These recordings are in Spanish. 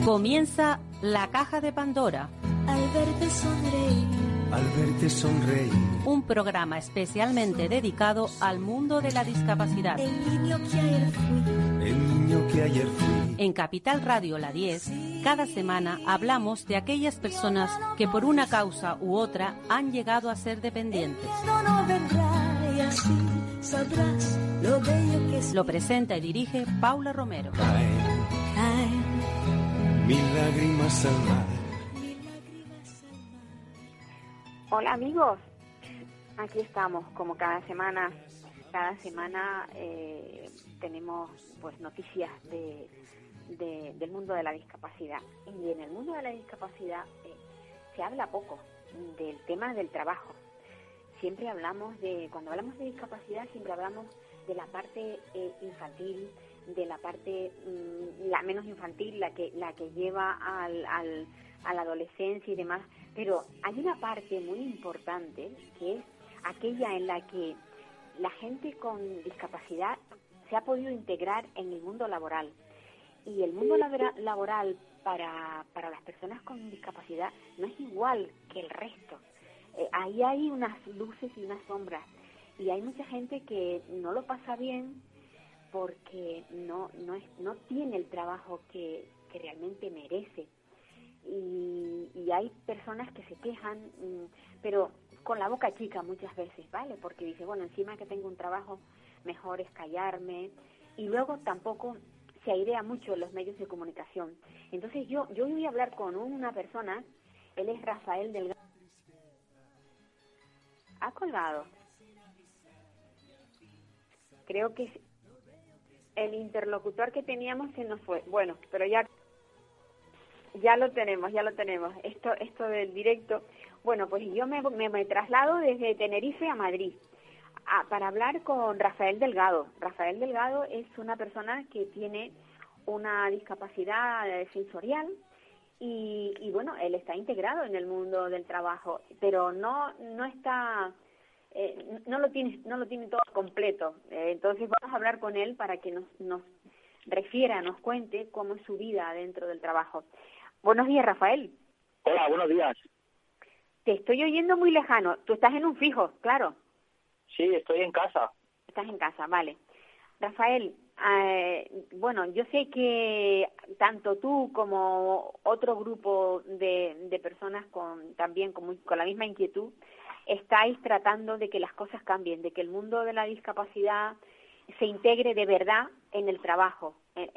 Comienza La Caja de Pandora. Al verte sonreír. Al verte sonreír. Un programa especialmente dedicado al mundo de la discapacidad. El niño que ayer fui. El niño que ayer fui. En Capital Radio La 10, cada semana hablamos de aquellas personas que por una causa u otra han llegado a ser dependientes. No vendrá y así sabrás lo bello que es. Lo presenta y dirige Paula Romero. Caen Mil lágrimas al mar. Hola amigos, aquí estamos como cada semana. Cada semana tenemos pues noticias del mundo de la discapacidad. Y en el mundo de la discapacidad se habla poco del tema del trabajo. Siempre cuando hablamos de discapacidad, siempre hablamos de la parte infantil, de la parte la menos infantil, la que lleva a la adolescencia y demás, pero hay una parte muy importante que es aquella en la que la gente con discapacidad se ha podido integrar en el mundo laboral. Y el mundo laboral para las personas con discapacidad no es igual que el resto. Ahí hay unas luces y unas sombras, y hay mucha gente que no lo pasa bien porque no tiene el trabajo que realmente merece. Y hay personas que se quejan, pero con la boca chica muchas veces, ¿vale? Porque dice, bueno, encima que tengo un trabajo, mejor es callarme. Y luego tampoco se airea mucho en los medios de comunicación. Entonces yo voy a hablar con una persona, él es Rafael Delgado. ¿Ha colgado? Creo que el interlocutor que teníamos se nos fue. Bueno, pero ya lo tenemos. Esto del directo. Bueno, pues yo me traslado desde Tenerife a Madrid para hablar con Rafael Delgado. Rafael Delgado es una persona que tiene una discapacidad sensorial y bueno, él está integrado en el mundo del trabajo, pero no está... no lo tiene todo completo. Entonces vamos a hablar con él para que nos refiera, nos cuente cómo es su vida dentro del trabajo. Buenos días, Rafael. Hola, buenos días. Te estoy oyendo muy lejano. Tú estás en un fijo, claro. Sí, estoy en casa. Estás en casa, vale. Rafael, bueno, yo sé que tanto tú como otro grupo de personas también con la misma inquietud estáis tratando de que las cosas cambien, de que el mundo de la discapacidad se integre de verdad en el trabajo,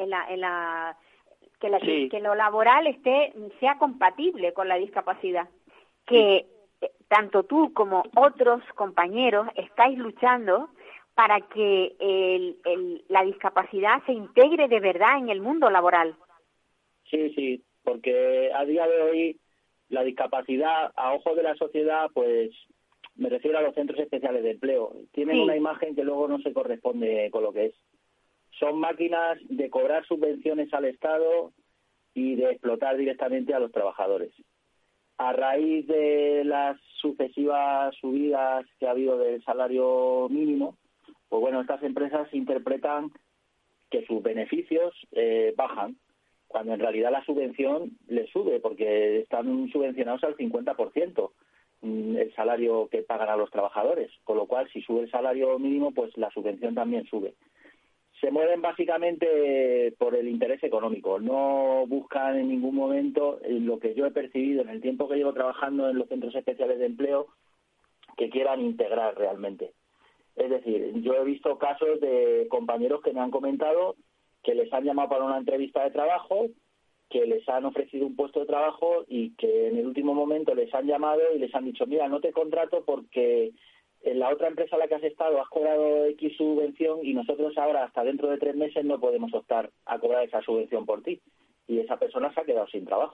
que lo laboral sea compatible con la discapacidad, que tanto tú como otros compañeros estáis luchando para que la discapacidad se integre de verdad en el mundo laboral. Sí, porque a día de hoy la discapacidad, a ojos de la sociedad, pues me refiero a los centros especiales de empleo, tienen una imagen que luego no se corresponde con lo que es. Son máquinas de cobrar subvenciones al Estado y de explotar directamente a los trabajadores. A raíz de las sucesivas subidas que ha habido del salario mínimo, pues bueno, estas empresas interpretan que sus beneficios bajan, cuando en realidad la subvención les sube, porque están subvencionados al 50%. El salario que pagan a los trabajadores, con lo cual si sube el salario mínimo, pues la subvención también sube. Se mueven básicamente por el interés económico, no buscan en ningún momento, en lo que yo he percibido en el tiempo que llevo trabajando en los centros especiales de empleo, que quieran integrar realmente. Es decir, yo he visto casos de compañeros que me han comentado que les han llamado para una entrevista de trabajo, que les han ofrecido un puesto de trabajo y que en el último momento les han llamado y les han dicho, mira, no te contrato porque en la otra empresa en la que has estado has cobrado X subvención y nosotros ahora hasta dentro de 3 meses no podemos optar a cobrar esa subvención por ti. Y esa persona se ha quedado sin trabajo.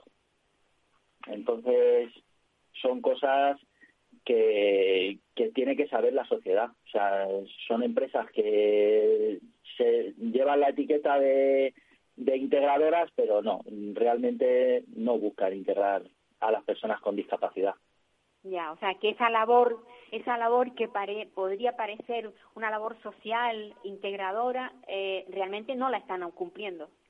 Entonces, son cosas que tiene que saber la sociedad. O sea, son empresas que se llevan la etiqueta de integradoras, pero no, realmente no buscan integrar a las personas con discapacidad. Ya, o sea, que esa labor que podría parecer una labor social, integradora, realmente no la están cumpliendo.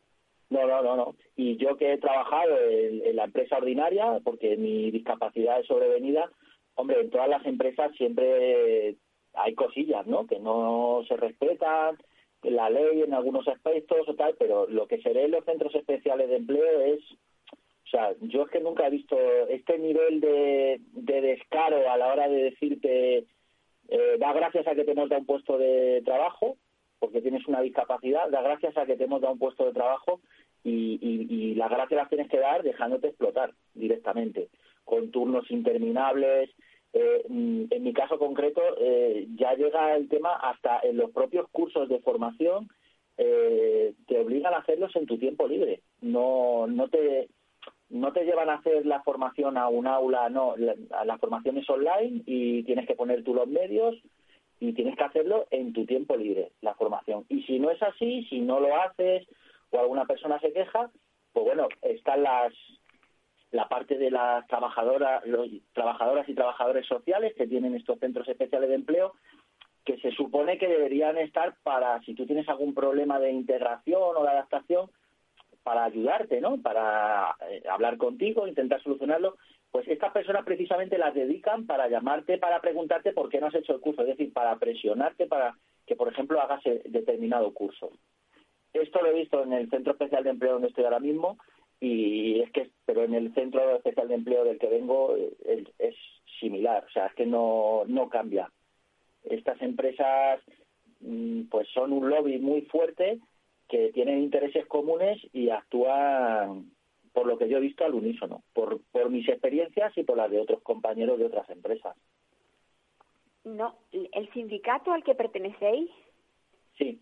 No. Y yo que he trabajado en la empresa ordinaria, porque mi discapacidad es sobrevenida, hombre, en todas las empresas siempre hay cosillas, ¿no? Que no se respetan, la ley en algunos aspectos o tal, pero lo que se ve en los centros especiales de empleo es... O sea, yo es que nunca he visto este nivel de descaro a la hora de decirte da gracias a que te hemos dado un puesto de trabajo, porque tienes una discapacidad, da gracias a que te hemos dado un puesto de trabajo y las gracias las tienes que dar dejándote explotar directamente, con turnos interminables. En mi caso concreto, ya llega el tema hasta en los propios cursos de formación, te obligan a hacerlos en tu tiempo libre. No te llevan a hacer la formación a un aula, no, la formación es online y tienes que poner tú los medios y tienes que hacerlo en tu tiempo libre, la formación. Y si no es así, si no lo haces o alguna persona se queja, pues bueno, están la parte de las trabajadoras y trabajadores sociales que tienen estos centros especiales de empleo, que se supone que deberían estar para, si tú tienes algún problema de integración o de adaptación, para ayudarte, ¿no? Para hablar contigo, intentar solucionarlo. Pues estas personas precisamente las dedican para llamarte, para preguntarte por qué no has hecho el curso, es decir, para presionarte para que, por ejemplo, hagas determinado curso. Esto lo he visto en el Centro Especial de Empleo donde estoy ahora mismo, pero en el Centro Especial de Empleo del que vengo es similar, o sea, es que no cambia. Estas empresas pues son un lobby muy fuerte que tienen intereses comunes y actúan, por lo que yo he visto, al unísono, por mis experiencias y por las de otros compañeros de otras empresas. No, ¿el sindicato al que pertenecéis? Sí.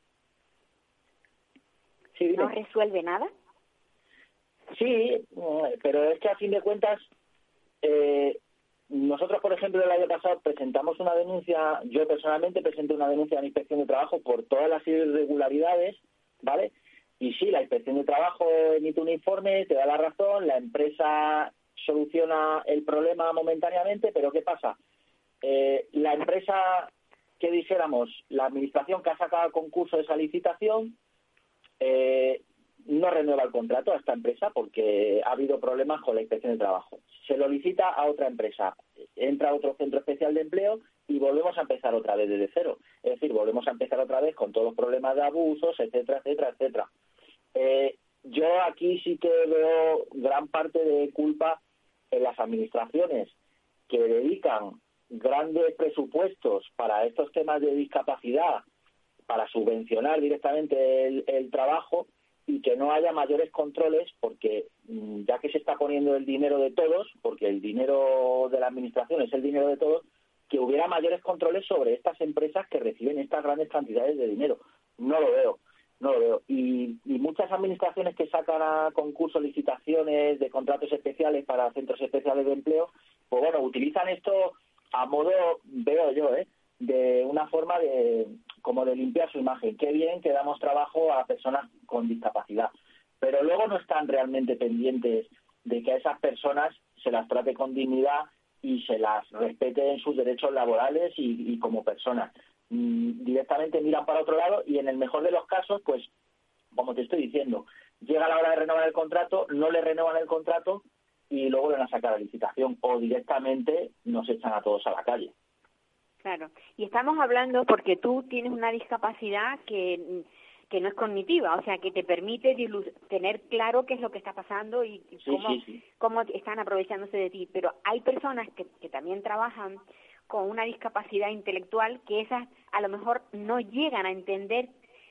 ¿No resuelve nada? Sí, pero es que a fin de cuentas, nosotros, por ejemplo, el año pasado presentamos una denuncia, yo personalmente presenté una denuncia a la Inspección de Trabajo por todas las irregularidades, ¿vale? Y sí, la Inspección de Trabajo emite un informe, te da la razón, la empresa soluciona el problema momentáneamente, pero ¿qué pasa? La empresa, que dijéramos, la administración que ha sacado el concurso de esa licitación, no renueva el contrato a esta empresa porque ha habido problemas con la Inspección de Trabajo. Se lo licita a otra empresa, entra a otro centro especial de empleo y volvemos a empezar otra vez desde cero. Es decir, volvemos a empezar otra vez con todos los problemas de abusos, etcétera. Yo aquí sí que veo gran parte de culpa en las administraciones que dedican grandes presupuestos para estos temas de discapacidad, para subvencionar directamente el trabajo, y que no haya mayores controles, porque ya que se está poniendo el dinero de todos, porque el dinero de la administración es el dinero de todos, que hubiera mayores controles sobre estas empresas que reciben estas grandes cantidades de dinero. No lo veo. Y muchas administraciones que sacan a concursos, licitaciones de contratos especiales para centros especiales de empleo, pues bueno, utilizan esto a modo, veo yo, de una forma como de limpiar su imagen. Qué bien que damos trabajo a personas con discapacidad, pero luego no están realmente pendientes de que a esas personas se las trate con dignidad y se las respete en sus derechos laborales y como personas. Directamente miran para otro lado y en el mejor de los casos, pues, como te estoy diciendo, llega la hora de renovar el contrato, no le renuevan el contrato y luego vuelven a sacar la licitación o directamente nos echan a todos a la calle. Claro, y estamos hablando porque tú tienes una discapacidad que no es cognitiva, o sea, que te permite tener claro qué es lo que está pasando y cómo están aprovechándose de ti. Pero hay personas que también trabajan con una discapacidad intelectual que esas a lo mejor no llegan a entender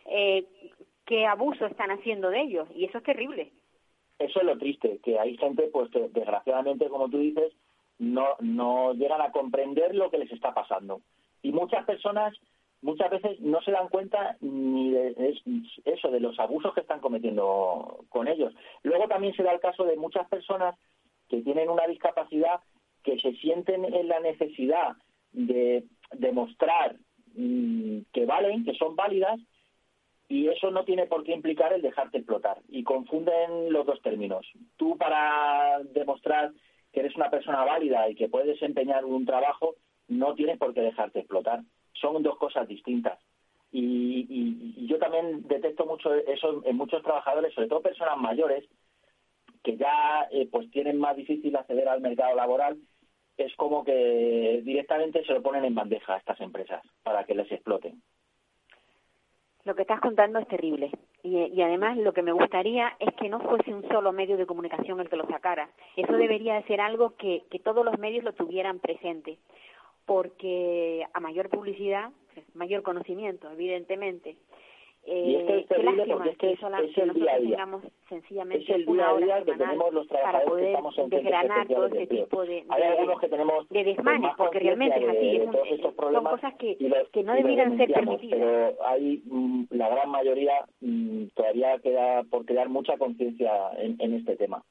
qué abuso están haciendo de ellos, y eso es terrible. Eso es lo triste, que hay gente, pues, que desgraciadamente, como tú dices, no llegan a comprender lo que les está pasando. Y muchas personas muchas veces no se dan cuenta ni de eso, de los abusos que están cometiendo con ellos. Luego también se da el caso de muchas personas que tienen una discapacidad que se sienten en la necesidad de demostrar que valen, que son válidas, y eso no tiene por qué implicar el dejarte explotar. Y confunden los dos términos. Tú, para demostrar que eres una persona válida y que puedes desempeñar un trabajo, no tienes por qué dejarte explotar. Son dos cosas distintas. Y yo también detecto mucho eso en muchos trabajadores, sobre todo personas mayores, que ya pues tienen más difícil acceder al mercado laboral. Es como que directamente se lo ponen en bandeja a estas empresas para que les exploten. Lo que estás contando es terrible. Y además lo que me gustaría es que no fuese un solo medio de comunicación el que lo sacara. Eso debería de ser algo que todos los medios lo tuvieran presente. Porque a mayor publicidad, mayor conocimiento, evidentemente. Y es que es terrible porque es que es el día a día. Tengamos sencillamente es el día a día que tenemos los trabajadores que estamos en desgranar todo este tipo Hay algunos que tenemos de desmanes, porque realmente es así. Son cosas que no debieran ser permitidas. Pero hay la gran mayoría todavía queda por crear mucha conciencia en este tema.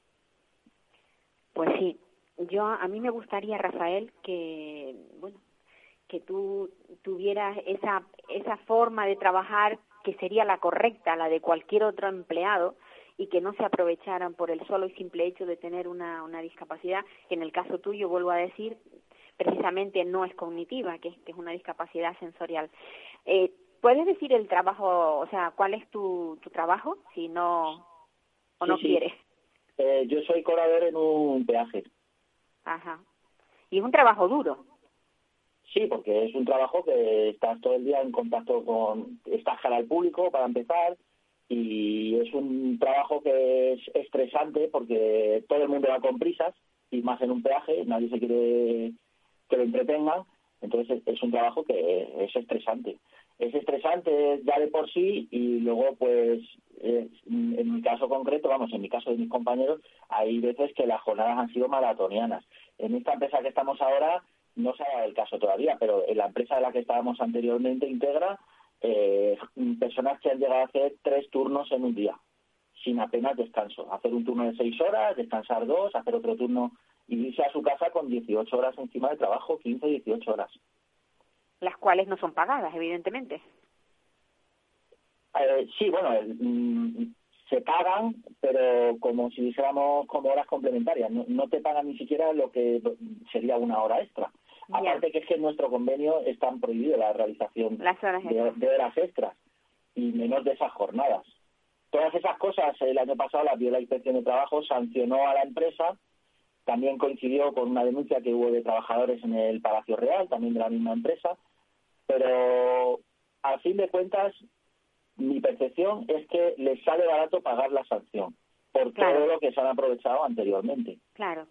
Pues sí. A mí me gustaría, Rafael, que tú tuvieras esa forma de trabajar que sería la correcta, la de cualquier otro empleado, y que no se aprovecharan por el solo y simple hecho de tener una discapacidad, que en el caso tuyo, vuelvo a decir, precisamente no es cognitiva, que es una discapacidad sensorial. ¿Puedes decir el trabajo, o sea, cuál es tu trabajo, si no o no quieres? Yo soy cobrador en un peaje. Ajá. Y es un trabajo duro. Sí, porque es un trabajo que estás todo el día en contacto estás cara al público para empezar, y es un trabajo que es estresante porque todo el mundo va con prisas, y más en un peaje, nadie se quiere que lo entretengan, entonces es un trabajo que es estresante. Es estresante ya de por sí, y luego pues en mi caso concreto, en mi caso de mis compañeros, hay veces que las jornadas han sido maratonianas. En esta empresa que estamos ahora no se ha dado el caso todavía, pero en la empresa de la que estábamos anteriormente, Integra, personas que han llegado a hacer 3 turnos en un día, sin apenas descanso. Hacer un turno de 6 horas, descansar 2, hacer otro turno y irse a su casa con 18 horas encima de trabajo, 15, 18 horas. Las cuales no son pagadas, evidentemente. Sí, se pagan, pero como si dijéramos como horas complementarias. No te pagan ni siquiera lo que sería una hora extra. Aparte que es que en nuestro convenio están prohibido la realización de horas extras, y menos de esas jornadas. Todas esas cosas el año pasado las vio la Inspección de Trabajo, sancionó a la empresa. También coincidió con una denuncia que hubo de trabajadores en el Palacio Real, también de la misma empresa. Pero, a fin de cuentas, mi percepción es que les sale barato pagar la sanción por todo lo que se han aprovechado anteriormente. Claro.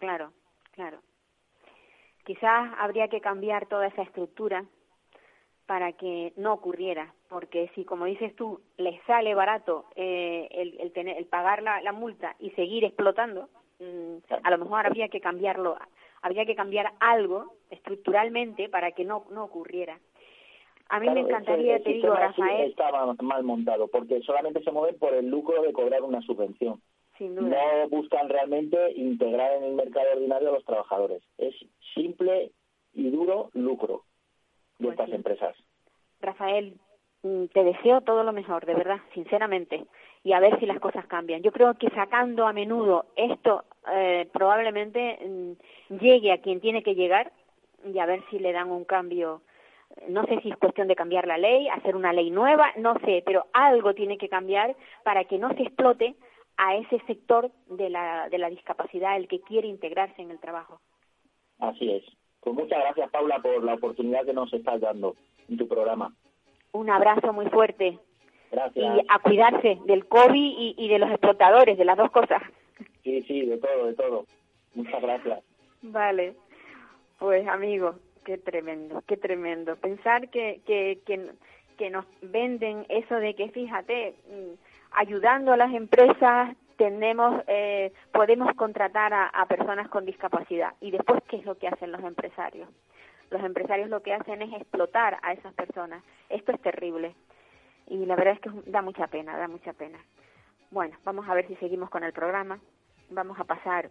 Quizás habría que cambiar toda esa estructura para que no ocurriera, porque si, como dices tú, les sale barato el pagar la multa y seguir explotando, a lo mejor habría que cambiar algo estructuralmente para que no ocurriera. A mí me encantaría, te digo, Rafael... Está mal montado, porque solamente se mueven por el lucro de cobrar una subvención. Sin duda. No buscan realmente integrar en el mercado ordinario a los trabajadores. Es simple y duro lucro de estas empresas. Rafael, te deseo todo lo mejor, de verdad, sinceramente, y a ver si las cosas cambian. Yo creo que sacando a menudo esto probablemente llegue a quien tiene que llegar, y a ver si le dan un cambio. No sé si es cuestión de cambiar la ley, hacer una ley nueva, no sé, pero algo tiene que cambiar para que no se explote a ese sector de la discapacidad, el que quiere integrarse en el trabajo. Así es. Pues muchas gracias, Paula, por la oportunidad que nos estás dando en tu programa. Un abrazo muy fuerte. Gracias. Y a cuidarse del COVID y de los explotadores, de las dos cosas. Sí, de todo. Muchas gracias. Vale. Pues, amigo, qué tremendo. Pensar que nos venden eso de que, fíjate, ayudando a las empresas podemos contratar a personas con discapacidad. Y después, ¿qué es lo que hacen los empresarios? Los empresarios lo que hacen es explotar a esas personas. Esto es terrible. Y la verdad es que da mucha pena. Bueno, vamos a ver si seguimos con el programa. Vamos a pasar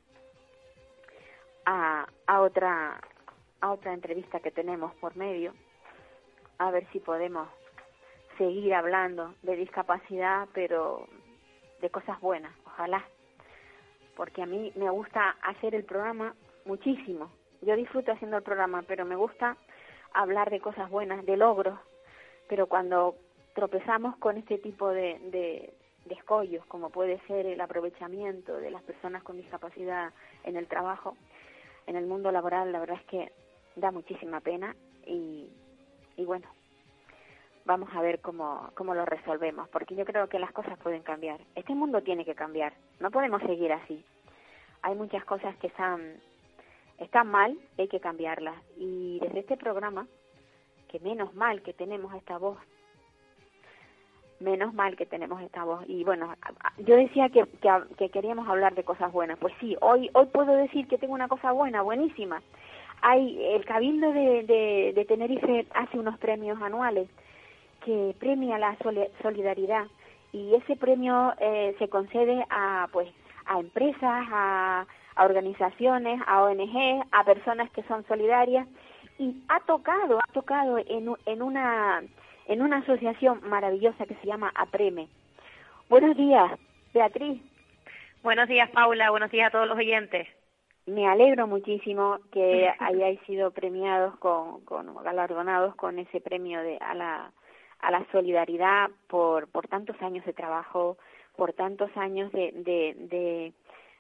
a otra entrevista que tenemos por medio. A ver si podemos seguir hablando de discapacidad, pero de cosas buenas, ojalá. Porque a mí me gusta hacer el programa muchísimo. Yo disfruto haciendo el programa, pero me gusta hablar de cosas buenas, de logros, pero cuando tropezamos con este tipo de escollos, como puede ser el aprovechamiento de las personas con discapacidad en el trabajo, en el mundo laboral, la verdad es que da muchísima pena y bueno, vamos a ver cómo lo resolvemos, porque yo creo que las cosas pueden cambiar. Este mundo tiene que cambiar, no podemos seguir así. Hay muchas cosas que están mal, hay que cambiarlas. Y desde este programa, que menos mal que tenemos esta voz, y bueno, yo decía que queríamos hablar de cosas buenas. Pues sí, hoy puedo decir que tengo una cosa buena, buenísima. El Cabildo de Tenerife hace unos premios anuales que premia la solidaridad, y ese premio se concede a empresas, a organizaciones, a ONG, a personas que son solidarias, y ha tocado en una asociación maravillosa que se llama APREME. Buenos días, Beatriz. Buenos días, Paula. Buenos días a todos los oyentes. Me alegro muchísimo que hayáis sido premiados galardonados con ese premio a la solidaridad por tantos años de trabajo, por tantos años de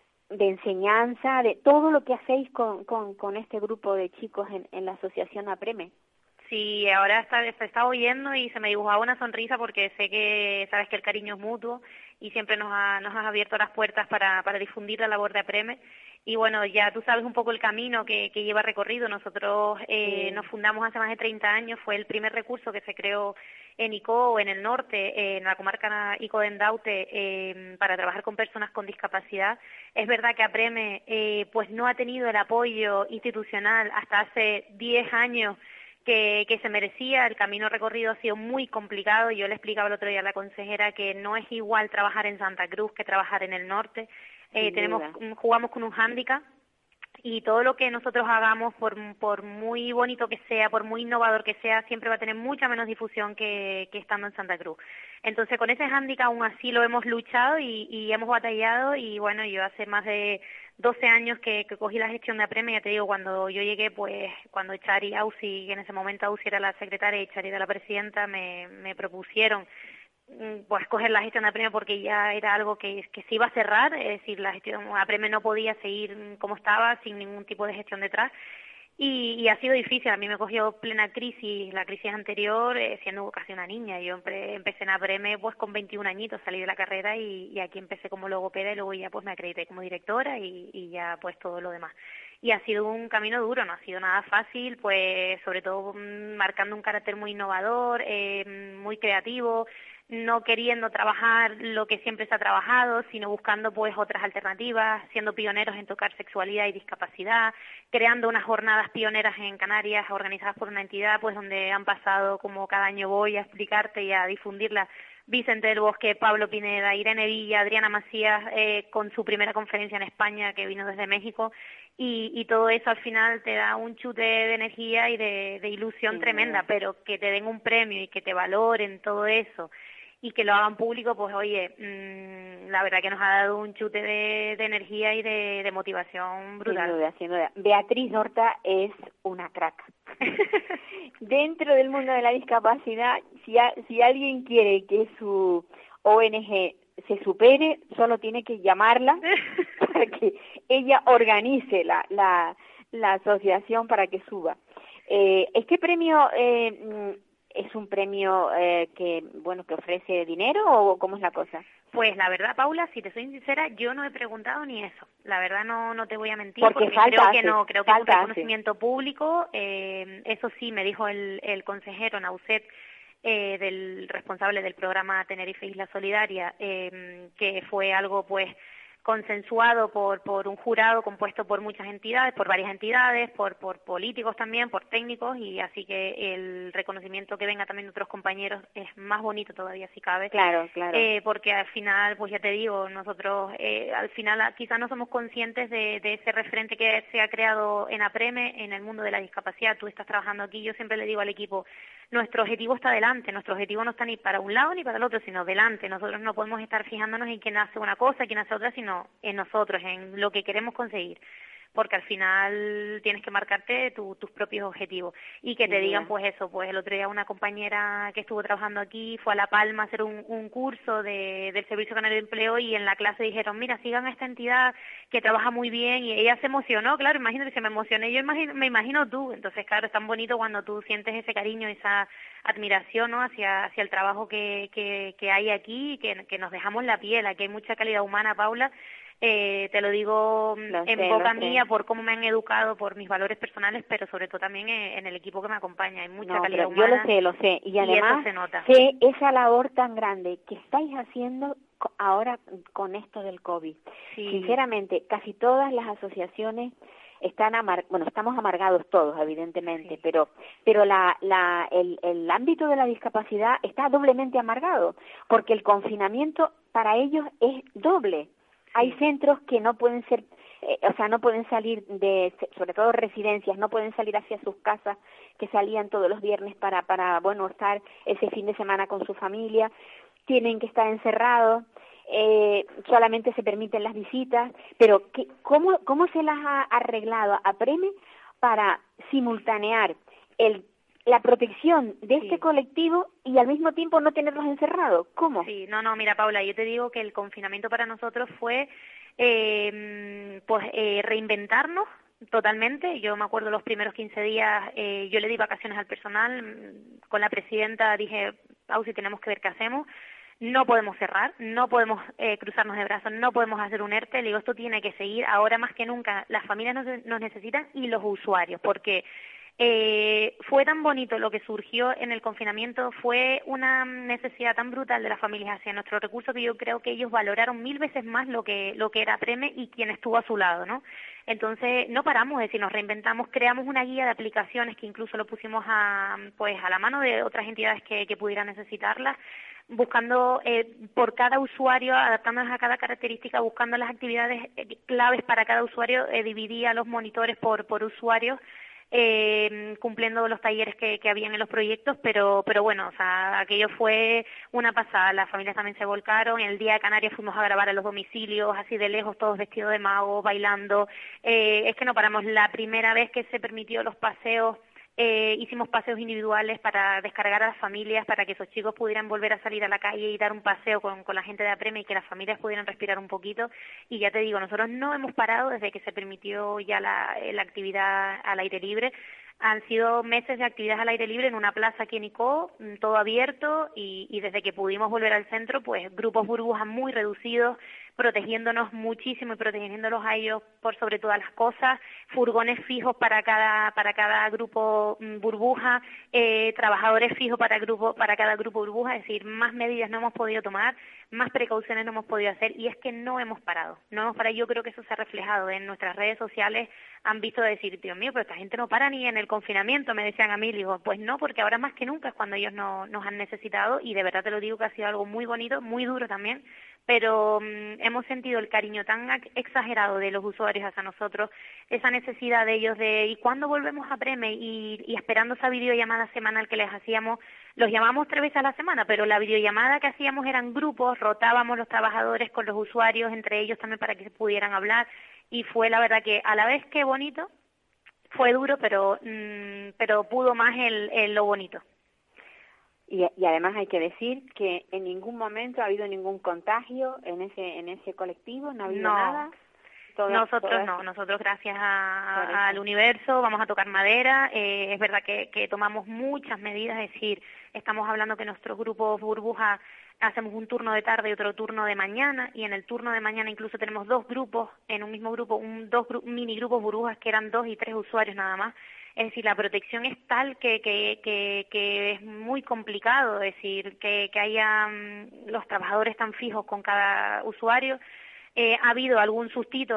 enseñanza, de todo lo que hacéis con este grupo de chicos en la asociación APREME. Sí, ahora está oyendo y se me dibujaba una sonrisa porque sé que sabes que el cariño es mutuo y siempre nos has abierto las puertas para difundir la labor de APREME. Y bueno, ya tú sabes un poco el camino que lleva recorrido. Nosotros nos fundamos hace más de 30 años, fue el primer recurso que se creó en ICO, en el norte, en la comarca ICO de Endaute, para trabajar con personas con discapacidad. Es verdad que APREME pues no ha tenido el apoyo institucional hasta hace 10 años que se merecía. El camino recorrido ha sido muy complicado. Yo le explicaba el otro día a la consejera que no es igual trabajar en Santa Cruz que trabajar en el norte. Jugamos con un hándicap y todo lo que nosotros hagamos, por muy bonito que sea, por muy innovador que sea, siempre va a tener mucha menos difusión que estando en Santa Cruz. Entonces, con ese hándicap aún así lo hemos luchado y hemos batallado. Y bueno, yo hace más de 12 años que cogí la gestión de APREME. Ya te digo, cuando yo llegué, pues cuando Chari Ausi, que en ese momento Ausi era la secretaria y Chari era la presidenta, me propusieron pues coger la gestión de APREME porque ya era algo que se iba a cerrar. Es decir, la gestión APREME no podía seguir como estaba, sin ningún tipo de gestión detrás. Y ha sido difícil. A mí me cogió plena crisis, la crisis anterior, siendo casi una niña. Yo empecé en APREME pues con 21 añitos, salí de la carrera y aquí empecé como logopeda y luego ya pues me acredité como directora y ya pues todo lo demás. Y ha sido un camino duro, no ha sido nada fácil, pues sobre todo marcando un carácter muy innovador, muy creativo, no queriendo trabajar lo que siempre se ha trabajado, sino buscando pues otras alternativas, siendo pioneros en tocar sexualidad y discapacidad, creando unas jornadas pioneras en Canarias organizadas por una entidad pues donde han pasado, como cada año voy a explicarte y a difundirla, Vicente del Bosque, Pablo Pineda, Irene Villa, Adriana Macías, con su primera conferencia en España que vino desde México, y todo eso al final te da un chute de energía y de ilusión tremenda, pero que te den un premio y que te valoren todo eso y que lo hagan público, pues oye, la verdad que nos ha dado un chute de energía y de motivación brutal. Sin duda. Beatriz Horta es una crack. Dentro del mundo de la discapacidad, si alguien quiere que su ONG se supere, solo tiene que llamarla para que ella organice la asociación para que suba. Este premio ¿es un premio que ofrece dinero o cómo es la cosa? Pues la verdad, Paula, si te soy sincera, yo no he preguntado ni eso. La verdad no te voy a mentir porque creo que es un reconocimiento público. Eso sí, me dijo el consejero Nauset, del responsable del programa Tenerife Isla Solidaria, que fue algo pues consensuado por un jurado compuesto por muchas entidades, por varias entidades, por políticos también, por técnicos, y así que el reconocimiento que venga también de otros compañeros es más bonito todavía si cabe. Claro. Porque al final, pues ya te digo, nosotros al final quizás no somos conscientes de ese referente que se ha creado en APREME en el mundo de la discapacidad. Tú estás trabajando aquí, yo siempre le digo al equipo, nuestro objetivo está delante, nuestro objetivo no está ni para un lado ni para el otro, sino delante. Nosotros no podemos estar fijándonos en quién hace una cosa, quién hace otra, sino en nosotros, en lo que queremos conseguir. porque al final tienes que marcarte tus propios objetivos. Y que te digan, pues eso, pues el otro día una compañera que estuvo trabajando aquí fue a La Palma a hacer un curso del Servicio Canario de Empleo, y en la clase dijeron, mira, sigan a esta entidad que trabaja muy bien, y ella se emocionó, claro, imagínate, se me emocioné, me imagino tú. Entonces, claro, es tan bonito cuando tú sientes ese cariño, esa admiración, ¿no?, hacia el trabajo que hay aquí, que nos dejamos la piel. Aquí hay mucha calidad humana, Paula. Te lo digo en boca mía por cómo me han educado, por mis valores personales, pero sobre todo también en el equipo que me acompaña. Hay mucha calidad humana. Yo lo sé. Y además eso se nota. sé esa labor tan grande que estáis haciendo ahora con esto del COVID. Sí. Sinceramente, casi todas las asociaciones están estamos amargados todos, evidentemente, sí. pero el ámbito de la discapacidad está doblemente amargado, porque el confinamiento para ellos es doble. Hay centros que no pueden ser, no pueden salir sobre todo residencias, no pueden salir hacia sus casas, que salían todos los viernes para estar ese fin de semana con su familia, tienen que estar encerrados, solamente se permiten las visitas, pero ¿cómo se las ha arreglado a Preme para simultanear la protección de este colectivo y al mismo tiempo no tenerlos encerrados? ¿Cómo? Sí, no, mira, Paula, yo te digo que el confinamiento para nosotros fue reinventarnos totalmente. Yo me acuerdo los primeros 15 días, yo le di vacaciones al personal, con la presidenta dije, Ausi, tenemos que ver qué hacemos. No podemos cerrar, no podemos cruzarnos de brazos, no podemos hacer un ERTE. Le digo, esto tiene que seguir. Ahora más que nunca las familias nos necesitan, y los usuarios, porque fue tan bonito lo que surgió en el confinamiento, fue una necesidad tan brutal de las familias hacia nuestros recursos, que yo creo que ellos valoraron 1000 veces más lo que era Preme y quien estuvo a su lado, ¿no? Entonces no paramos, es decir, nos reinventamos, creamos una guía de aplicaciones que incluso lo pusimos a la mano de otras entidades que pudieran necesitarlas, buscando por cada usuario, adaptándonos a cada característica, buscando las actividades claves para cada usuario, dividía los monitores por usuarios, cumpliendo los talleres que habían en los proyectos, pero bueno, o sea, aquello fue una pasada. Las familias también se volcaron. El día de Canarias fuimos a grabar a los domicilios, así de lejos, todos vestidos de magos, bailando. Es que no paramos. La primera vez que se permitió los paseos, hicimos paseos individuales para descargar a las familias, para que esos chicos pudieran volver a salir a la calle y dar un paseo con la gente de Apreme, y que las familias pudieran respirar un poquito. Y ya te digo, nosotros no hemos parado desde que se permitió ya la actividad al aire libre. Han sido meses de actividad al aire libre en una plaza aquí en Icó, todo abierto, y desde que pudimos volver al centro, pues grupos burbujas muy reducidos, protegiéndonos muchísimo y protegiéndolos a ellos por sobre todas las cosas, furgones fijos para cada grupo burbuja, trabajadores fijos para cada grupo burbuja. Es decir, más medidas no hemos podido tomar, más precauciones no hemos podido hacer, y es que no hemos parado. Yo creo que eso se ha reflejado en nuestras redes sociales. Han visto decir, Dios mío, pero esta gente no para ni en el confinamiento, me decían a mí. Digo, pues no, porque ahora más que nunca es cuando ellos nos han necesitado, y de verdad te lo digo que ha sido algo muy bonito, muy duro también, pero hemos sentido el cariño tan exagerado de los usuarios hacia nosotros, esa necesidad de ellos ¿y cuándo volvemos a Preme? Y esperando esa videollamada semanal que les hacíamos. Los llamamos 3 veces a la semana, pero la videollamada que hacíamos eran grupos, rotábamos los trabajadores con los usuarios, entre ellos también, para que se pudieran hablar, y fue la verdad que a la vez que bonito, fue duro, pero pudo más lo bonito. Y además hay que decir que en ningún momento ha habido ningún contagio en ese colectivo, no ha habido nada. Nosotros gracias al universo vamos a tocar madera. Es verdad que tomamos muchas medidas, es decir, estamos hablando que nuestros grupos burbuja hacemos un turno de tarde y otro turno de mañana, y en el turno de mañana incluso tenemos 2 grupos, en un mismo grupo, dos mini grupos burbujas que eran 2 y 3 usuarios nada más. Es decir, la protección es tal que es muy complicado, es decir, que haya los trabajadores tan fijos con cada usuario. Ha habido algún sustito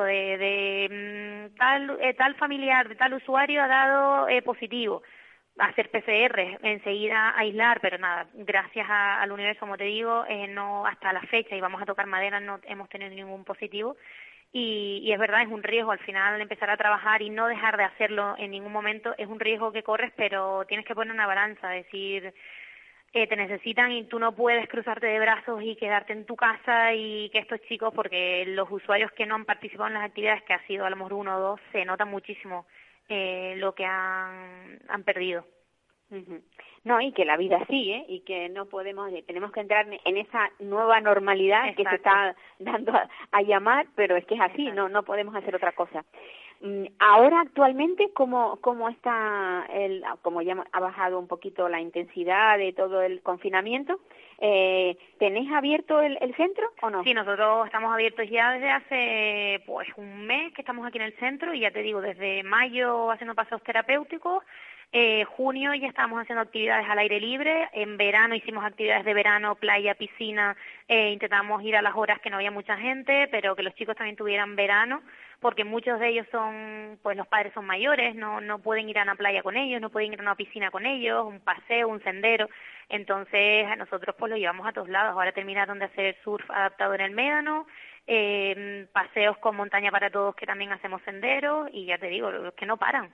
de tal familiar, de tal usuario ha dado positivo. Hacer PCR, enseguida aislar, pero nada, gracias al universo, como te digo, no hasta la fecha, y vamos a tocar madera, no hemos tenido ningún positivo. Y es verdad, es un riesgo al final empezar a trabajar y no dejar de hacerlo en ningún momento. Es un riesgo que corres, pero tienes que poner una balanza, es decir, te necesitan y tú no puedes cruzarte de brazos y quedarte en tu casa, y que estos chicos, porque los usuarios que no han participado en las actividades, que ha sido a lo mejor 1 o 2, se nota muchísimo lo que han perdido. No, y que la vida sigue y que no podemos, tenemos que entrar en esa nueva normalidad. Exacto. Que se está dando a llamar, pero es que es así. Exacto. No podemos hacer otra cosa. Ahora actualmente, ¿cómo está como ya ha bajado un poquito la intensidad de todo el confinamiento? ¿Tenéis abierto el centro o no? Sí, nosotros estamos abiertos ya desde hace pues un mes que estamos aquí en el centro, y ya te digo, desde mayo haciendo paseos terapéuticos. Junio ya estábamos haciendo actividades al aire libre, en verano hicimos actividades de verano, playa, piscina, intentamos ir a las horas que no había mucha gente, pero que los chicos también tuvieran verano, porque muchos de ellos pues los padres son mayores, no pueden ir a una playa con ellos, no pueden ir a una piscina con ellos, un paseo, un sendero, entonces a nosotros pues lo llevamos a todos lados. Ahora terminaron de hacer surf adaptado en el Médano, paseos con montaña para todos, que también hacemos senderos, y ya te digo, los que no paran.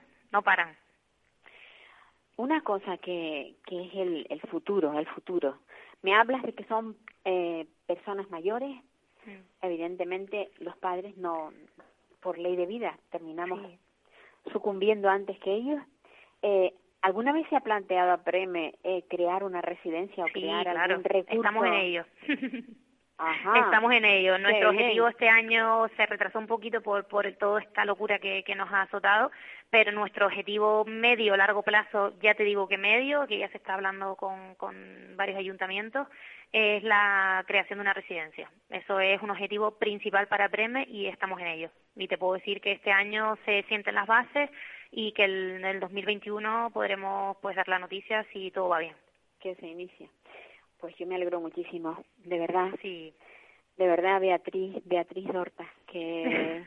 Una cosa que es el futuro. Me hablas de que son personas mayores. Evidentemente los padres no, por ley de vida, terminamos sucumbiendo antes que ellos. ¿Alguna vez se ha planteado a Preme crear una residencia o crear algún recurso? Estamos en ello. Ajá. Estamos en ello. Nuestro objetivo este año se retrasó un poquito por toda esta locura que nos ha azotado, pero nuestro objetivo medio, largo plazo, ya te digo que medio, que ya se está hablando con varios ayuntamientos, es la creación de una residencia. Eso es un objetivo principal para Preme y estamos en ello. Y te puedo decir que este año se sienten las bases y que en el 2021 podremos pues dar la noticia si todo va bien. Que se inicia. Pues yo me alegro muchísimo, de verdad. Sí. De verdad, Beatriz Dorta, que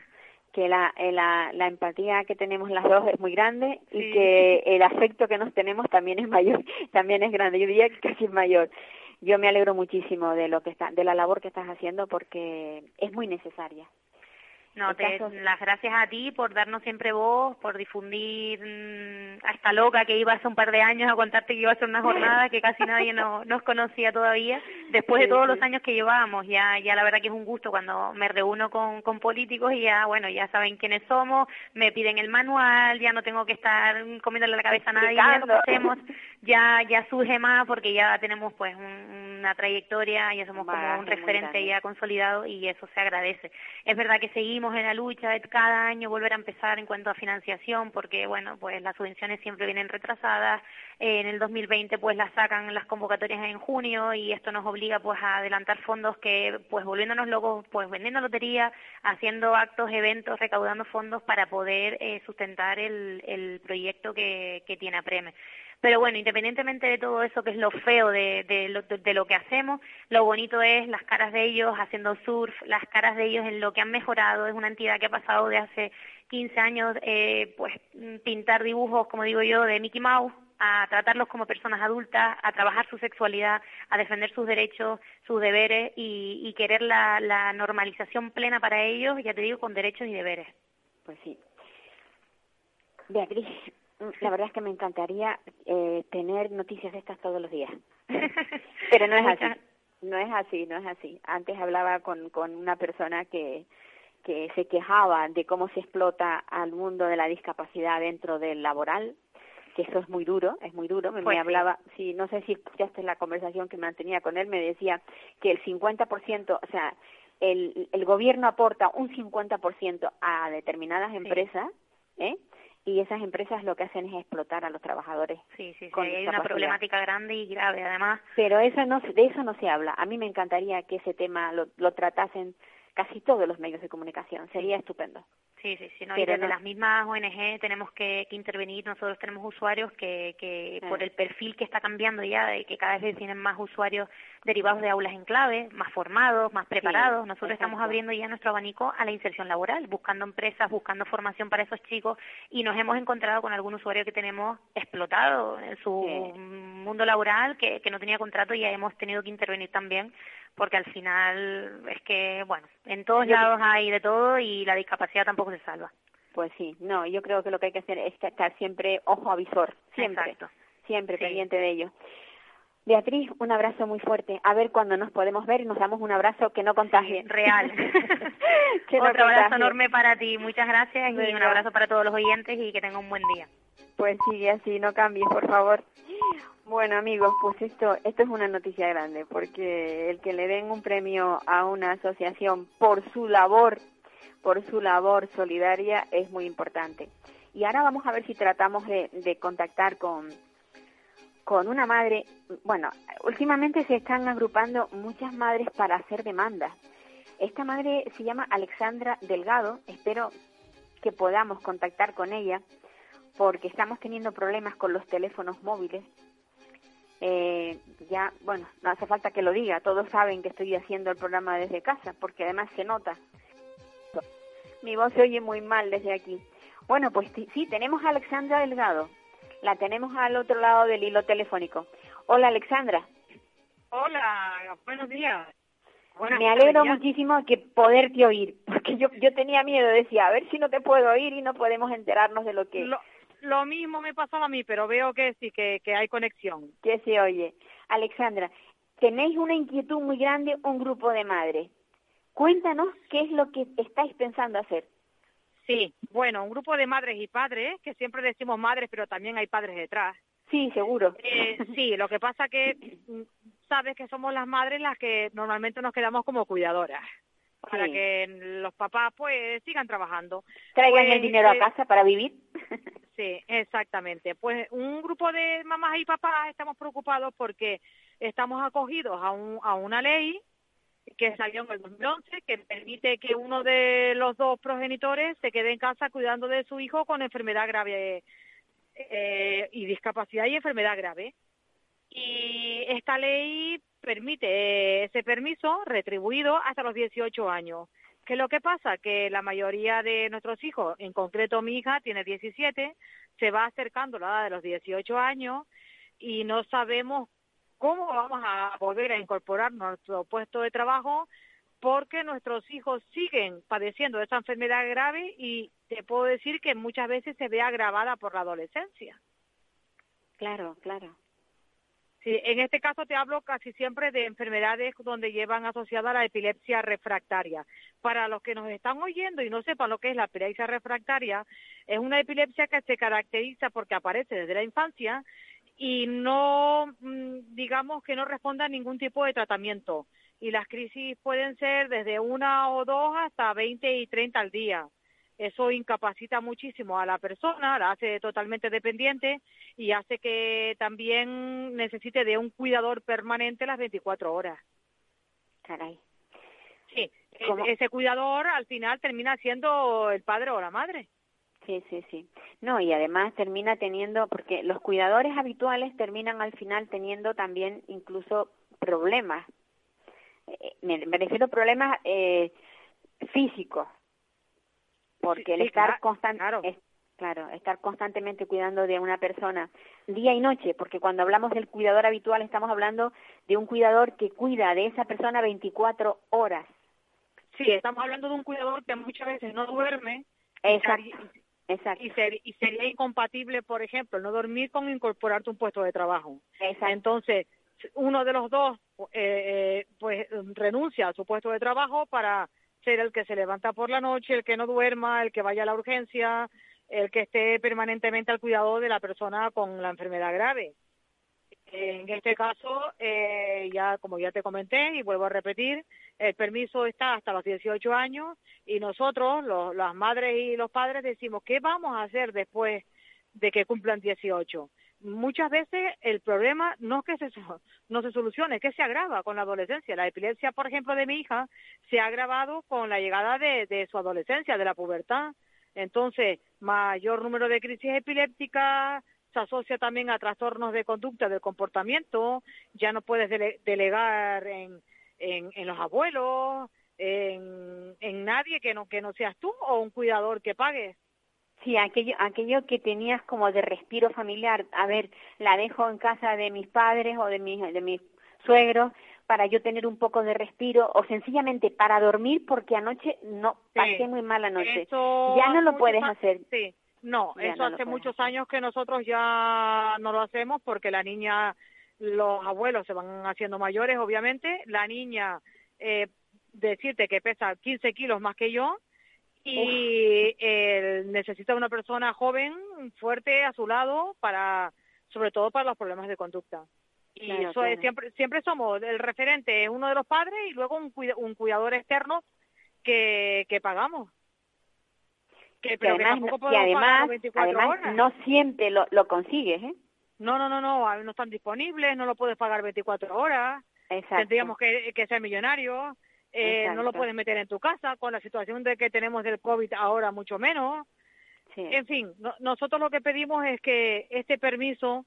la empatía que tenemos las dos es muy grande y que el afecto que nos tenemos también es mayor, también es grande. Yo diría que casi es mayor. Yo me alegro muchísimo de de la labor que estás haciendo, porque es muy necesaria. No, las gracias a ti por darnos siempre voz, por difundir a esta loca que iba hace un par de años a contarte que iba a hacer una jornada que casi nadie nos conocía todavía, después de todos los años que llevábamos. Ya la verdad que es un gusto cuando me reúno con políticos y ya saben quiénes somos, me piden el manual, ya no tengo que estar comiéndole la cabeza a nadie, ya lo que hacemos ya surge más, porque ya tenemos pues una trayectoria, ya somos como un referente ya consolidado, y eso se agradece. Es verdad que seguimos en la lucha de cada año volver a empezar en cuanto a financiación, porque pues las subvenciones siempre vienen retrasadas. En el 2020 pues las sacan las convocatorias en junio, y esto nos obliga pues a adelantar fondos, que pues volviéndonos locos, pues vendiendo lotería, haciendo actos, eventos, recaudando fondos para poder sustentar el proyecto que tiene Apreme. Pero bueno, independientemente de todo eso, que es lo feo de lo que hacemos, lo bonito es las caras de ellos haciendo surf, las caras de ellos en lo que han mejorado. Es una entidad que ha pasado de hace 15 años, pues pintar dibujos, como digo yo, de Mickey Mouse, a tratarlos como personas adultas, a trabajar su sexualidad, a defender sus derechos, sus deberes, y querer la normalización plena para ellos, ya te digo, con derechos y deberes. Pues sí. Beatriz, la verdad es que me encantaría tener noticias de estas todos los días. Pero no es así. Antes hablaba con una persona que se quejaba de cómo se explota al mundo de la discapacidad dentro del laboral, que eso es muy duro. Me hablaba, no sé si escuchaste la conversación que mantenía con él, me decía que el 50%, o sea, el gobierno aporta un 50% a determinadas empresas, y esas empresas lo que hacen es explotar a los trabajadores. Sí, hay una problemática grande y grave, además. Pero de eso no se habla. A mí me encantaría que ese tema lo tratasen casi todos los medios de comunicación. Sería estupendo. Sí, no, y desde las mismas ONG tenemos que intervenir. Nosotros tenemos usuarios que por el perfil que está cambiando ya, de que cada vez tienen más usuarios derivados de aulas en clave, más formados, más preparados. Nosotros estamos abriendo ya nuestro abanico a la inserción laboral, buscando empresas, buscando formación para esos chicos, y nos hemos encontrado con algún usuario que tenemos explotado en su mundo laboral, que no tenía contrato, y ya hemos tenido que intervenir también, porque al final es que, en todos lados hay de todo, y la discapacidad tampoco se salva. Pues sí, no, yo creo que lo que hay que hacer es estar siempre ojo a visor, siempre pendiente de ello. Beatriz, un abrazo muy fuerte. A ver cuando nos podemos ver y nos damos un abrazo que no contagie. Sí, real. Que no Otro abrazo contagie. enorme para ti. Muchas gracias y Venga. un abrazo para todos los oyentes y que tengan un buen día. Pues sigue así, no cambies, por favor. Bueno, amigos, pues esto es una noticia grande, porque el que le den un premio a una asociación por su labor solidaria es muy importante. Y ahora vamos a ver si tratamos de contactar con una madre. Bueno, últimamente se están agrupando muchas madres para hacer demandas. Esta madre se llama Alexandra Delgado. Espero que podamos contactar con ella, porque estamos teniendo problemas con los teléfonos móviles. Ya, bueno, no hace falta que lo diga, todos saben que estoy haciendo el programa desde casa, porque además se nota. Mi voz se oye muy mal desde aquí. Bueno, pues sí, tenemos a Alexandra Delgado. La tenemos al otro lado del hilo telefónico. Hola, Alexandra. Hola, buenos días. Me alegro muchísimo que poderte oír, porque yo tenía miedo, decía, a ver si no te puedo oír y no podemos enterarnos de lo que... Lo mismo me pasaba a mí, pero veo que sí, que hay conexión. Que se oye. Alexandra, tenéis una inquietud muy grande, un grupo de madres. Cuéntanos qué es lo que estáis pensando hacer. Sí, bueno, un grupo de madres y padres, que siempre decimos madres, pero también hay padres detrás. Sí, seguro. Sí, lo que pasa que sabes que somos las madres las que normalmente nos quedamos como cuidadoras, para que los papás pues sigan trabajando. Traigan pues, el dinero a casa para vivir. Sí, exactamente. Pues un grupo de mamás y papás estamos preocupados porque estamos acogidos a una ley que salió en el 2011 que permite que uno de los dos progenitores se quede en casa cuidando de su hijo con enfermedad grave y discapacidad y enfermedad grave. Y esta ley permite ese permiso retribuido hasta los 18 años. ¿Qué es lo que pasa? Que la mayoría de nuestros hijos, en concreto mi hija tiene 17, se va acercando la edad de los 18 años y no sabemos cómo vamos a volver a incorporar nuestro puesto de trabajo porque nuestros hijos siguen padeciendo esa enfermedad grave y te puedo decir que muchas veces se ve agravada por la adolescencia. Claro, claro. Sí, en este caso te hablo casi siempre de enfermedades donde llevan asociada la epilepsia refractaria. Para los que nos están oyendo y no sepan lo que es la epilepsia refractaria, es una epilepsia que se caracteriza porque aparece desde la infancia y no, digamos que no responde a ningún tipo de tratamiento. Y las crisis pueden ser desde 1 o 2 hasta 20 y 30 al día. Eso incapacita muchísimo a la persona, la hace totalmente dependiente y hace que también necesite de un cuidador permanente las 24 horas. Caray. Sí, ese cuidador al final termina siendo el padre o la madre. Sí, sí, sí. No, y además termina teniendo, porque los cuidadores habituales terminan al final teniendo también incluso problemas. Me refiero a problemas físicos. Porque el estar estar constantemente cuidando de una persona día y noche, porque cuando hablamos del cuidador habitual estamos hablando de un cuidador que cuida de esa persona 24 horas. Sí, estamos hablando de un cuidador que muchas veces no duerme. Exacto. Y sería incompatible, por ejemplo, no dormir con incorporarte un puesto de trabajo. Exacto. Entonces, uno de los dos pues renuncia a su puesto de trabajo para ser el que se levanta por la noche, el que no duerma, el que vaya a la urgencia, el que esté permanentemente al cuidado de la persona con la enfermedad grave. En este caso, ya como ya te comenté y vuelvo a repetir, el permiso está hasta los 18 años y nosotros, las madres y los padres, decimos, ¿qué vamos a hacer después de que cumplan 18? Muchas veces el problema no es que no se solucione, es que se agrava con la adolescencia. La epilepsia, por ejemplo, de mi hija se ha agravado con la llegada de su adolescencia, de la pubertad. Entonces, mayor número de crisis epilépticas, se asocia también a trastornos de conducta del comportamiento, ya no puedes delegar en los abuelos, en nadie que no seas tú o un cuidador que pagues. Sí, aquello que tenías como de respiro familiar, a ver, la dejo en casa de mis padres o de mis suegros para yo tener un poco de respiro o sencillamente para dormir porque anoche pasé muy mala noche. Eso ya no lo puedes hacer. Sí, no, ya eso no hace muchos años que nosotros ya no lo hacemos porque la niña los abuelos se van haciendo mayores, obviamente, la niña, decirte que pesa 15 kilos más que yo, y necesita una persona joven, fuerte, a su lado, sobre todo para los problemas de conducta. Y claro, eso es, siempre somos el referente, uno de los padres, y luego un cuidador externo que pagamos. Pero que tampoco podemos pagar las 24 horas. No siempre lo consigues, ¿eh? No están disponibles, no lo puedes pagar 24 horas. Exacto. Tendríamos que ser millonarios. No lo puedes meter en tu casa, con la situación de que tenemos del COVID ahora mucho menos. Sí. En fin, nosotros lo que pedimos es que este permiso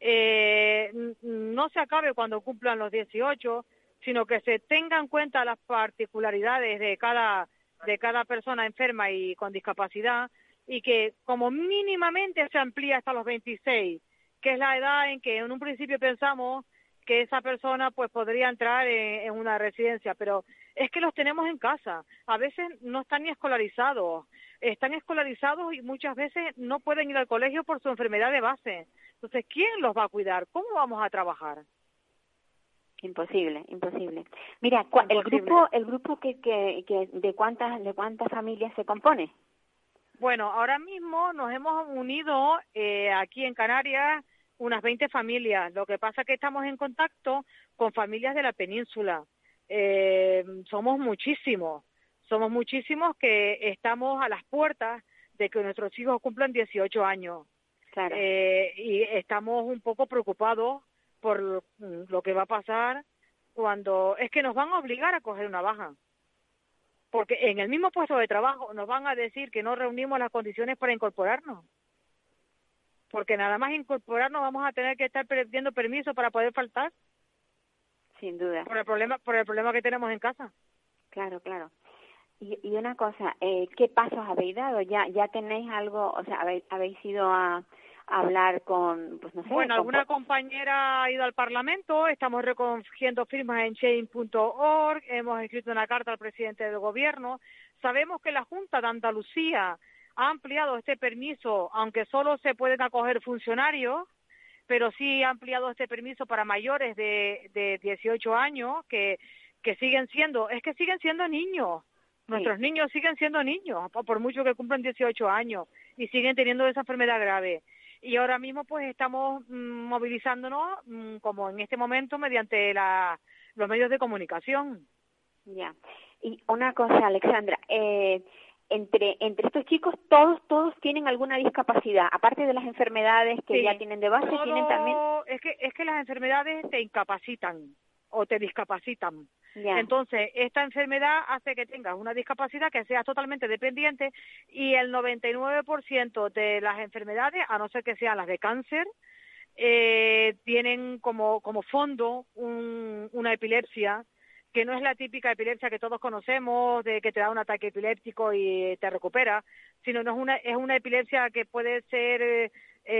no se acabe cuando cumplan los 18, sino que se tengan en cuenta las particularidades de cada persona enferma y con discapacidad, y que como mínimamente se amplíe hasta los 26, que es la edad en que en un principio pensamos que esa persona pues podría entrar en una residencia, pero es que los tenemos en casa. A veces no están ni escolarizados, están escolarizados y muchas veces no pueden ir al colegio por su enfermedad de base. Entonces, ¿quién los va a cuidar? ¿Cómo vamos a trabajar? Imposible. Mira, el grupo que de cuántas familias se compone. Bueno, ahora mismo nos hemos unido aquí en Canarias unas 20 familias. Lo que pasa es que estamos en contacto con familias de la península. Somos muchísimos que estamos a las puertas de que nuestros hijos cumplan 18 años. Claro. Y estamos un poco preocupados por lo que va a pasar cuando es que nos van a obligar a coger una baja. Porque en el mismo puesto de trabajo nos van a decir que no reunimos las condiciones para incorporarnos. Porque nada más incorporarnos vamos a tener que estar pidiendo permiso para poder faltar. Sin duda. Por el problema que tenemos en casa. Claro. Y una cosa, ¿qué pasos habéis dado? ¿Ya tenéis algo? O sea, ¿habéis ido a hablar con, pues no sé? Bueno, alguna compañera ha ido al Parlamento, estamos recogiendo firmas en change.org, hemos escrito una carta al presidente del Gobierno. Sabemos que la Junta de Andalucía ha ampliado este permiso, aunque solo se pueden acoger funcionarios, pero sí ha ampliado este permiso para mayores de 18 años, que siguen siendo niños. Nuestros niños siguen siendo niños, por mucho que cumplan 18 años, y siguen teniendo esa enfermedad grave. Y ahora mismo pues estamos movilizándonos, como en este momento, mediante los medios de comunicación. Ya. Y una cosa, Alexandra, entre estos chicos todos tienen alguna discapacidad, aparte de las enfermedades que ya tienen de base, tienen también. Es que las enfermedades te incapacitan o te discapacitan. Ya. Entonces, esta enfermedad hace que tengas una discapacidad, que seas totalmente dependiente, y el 99% de las enfermedades, a no ser que sean las de cáncer, tienen como fondo una epilepsia, que no es la típica epilepsia que todos conocemos, de que te da un ataque epiléptico y te recupera, sino es una epilepsia que puede ser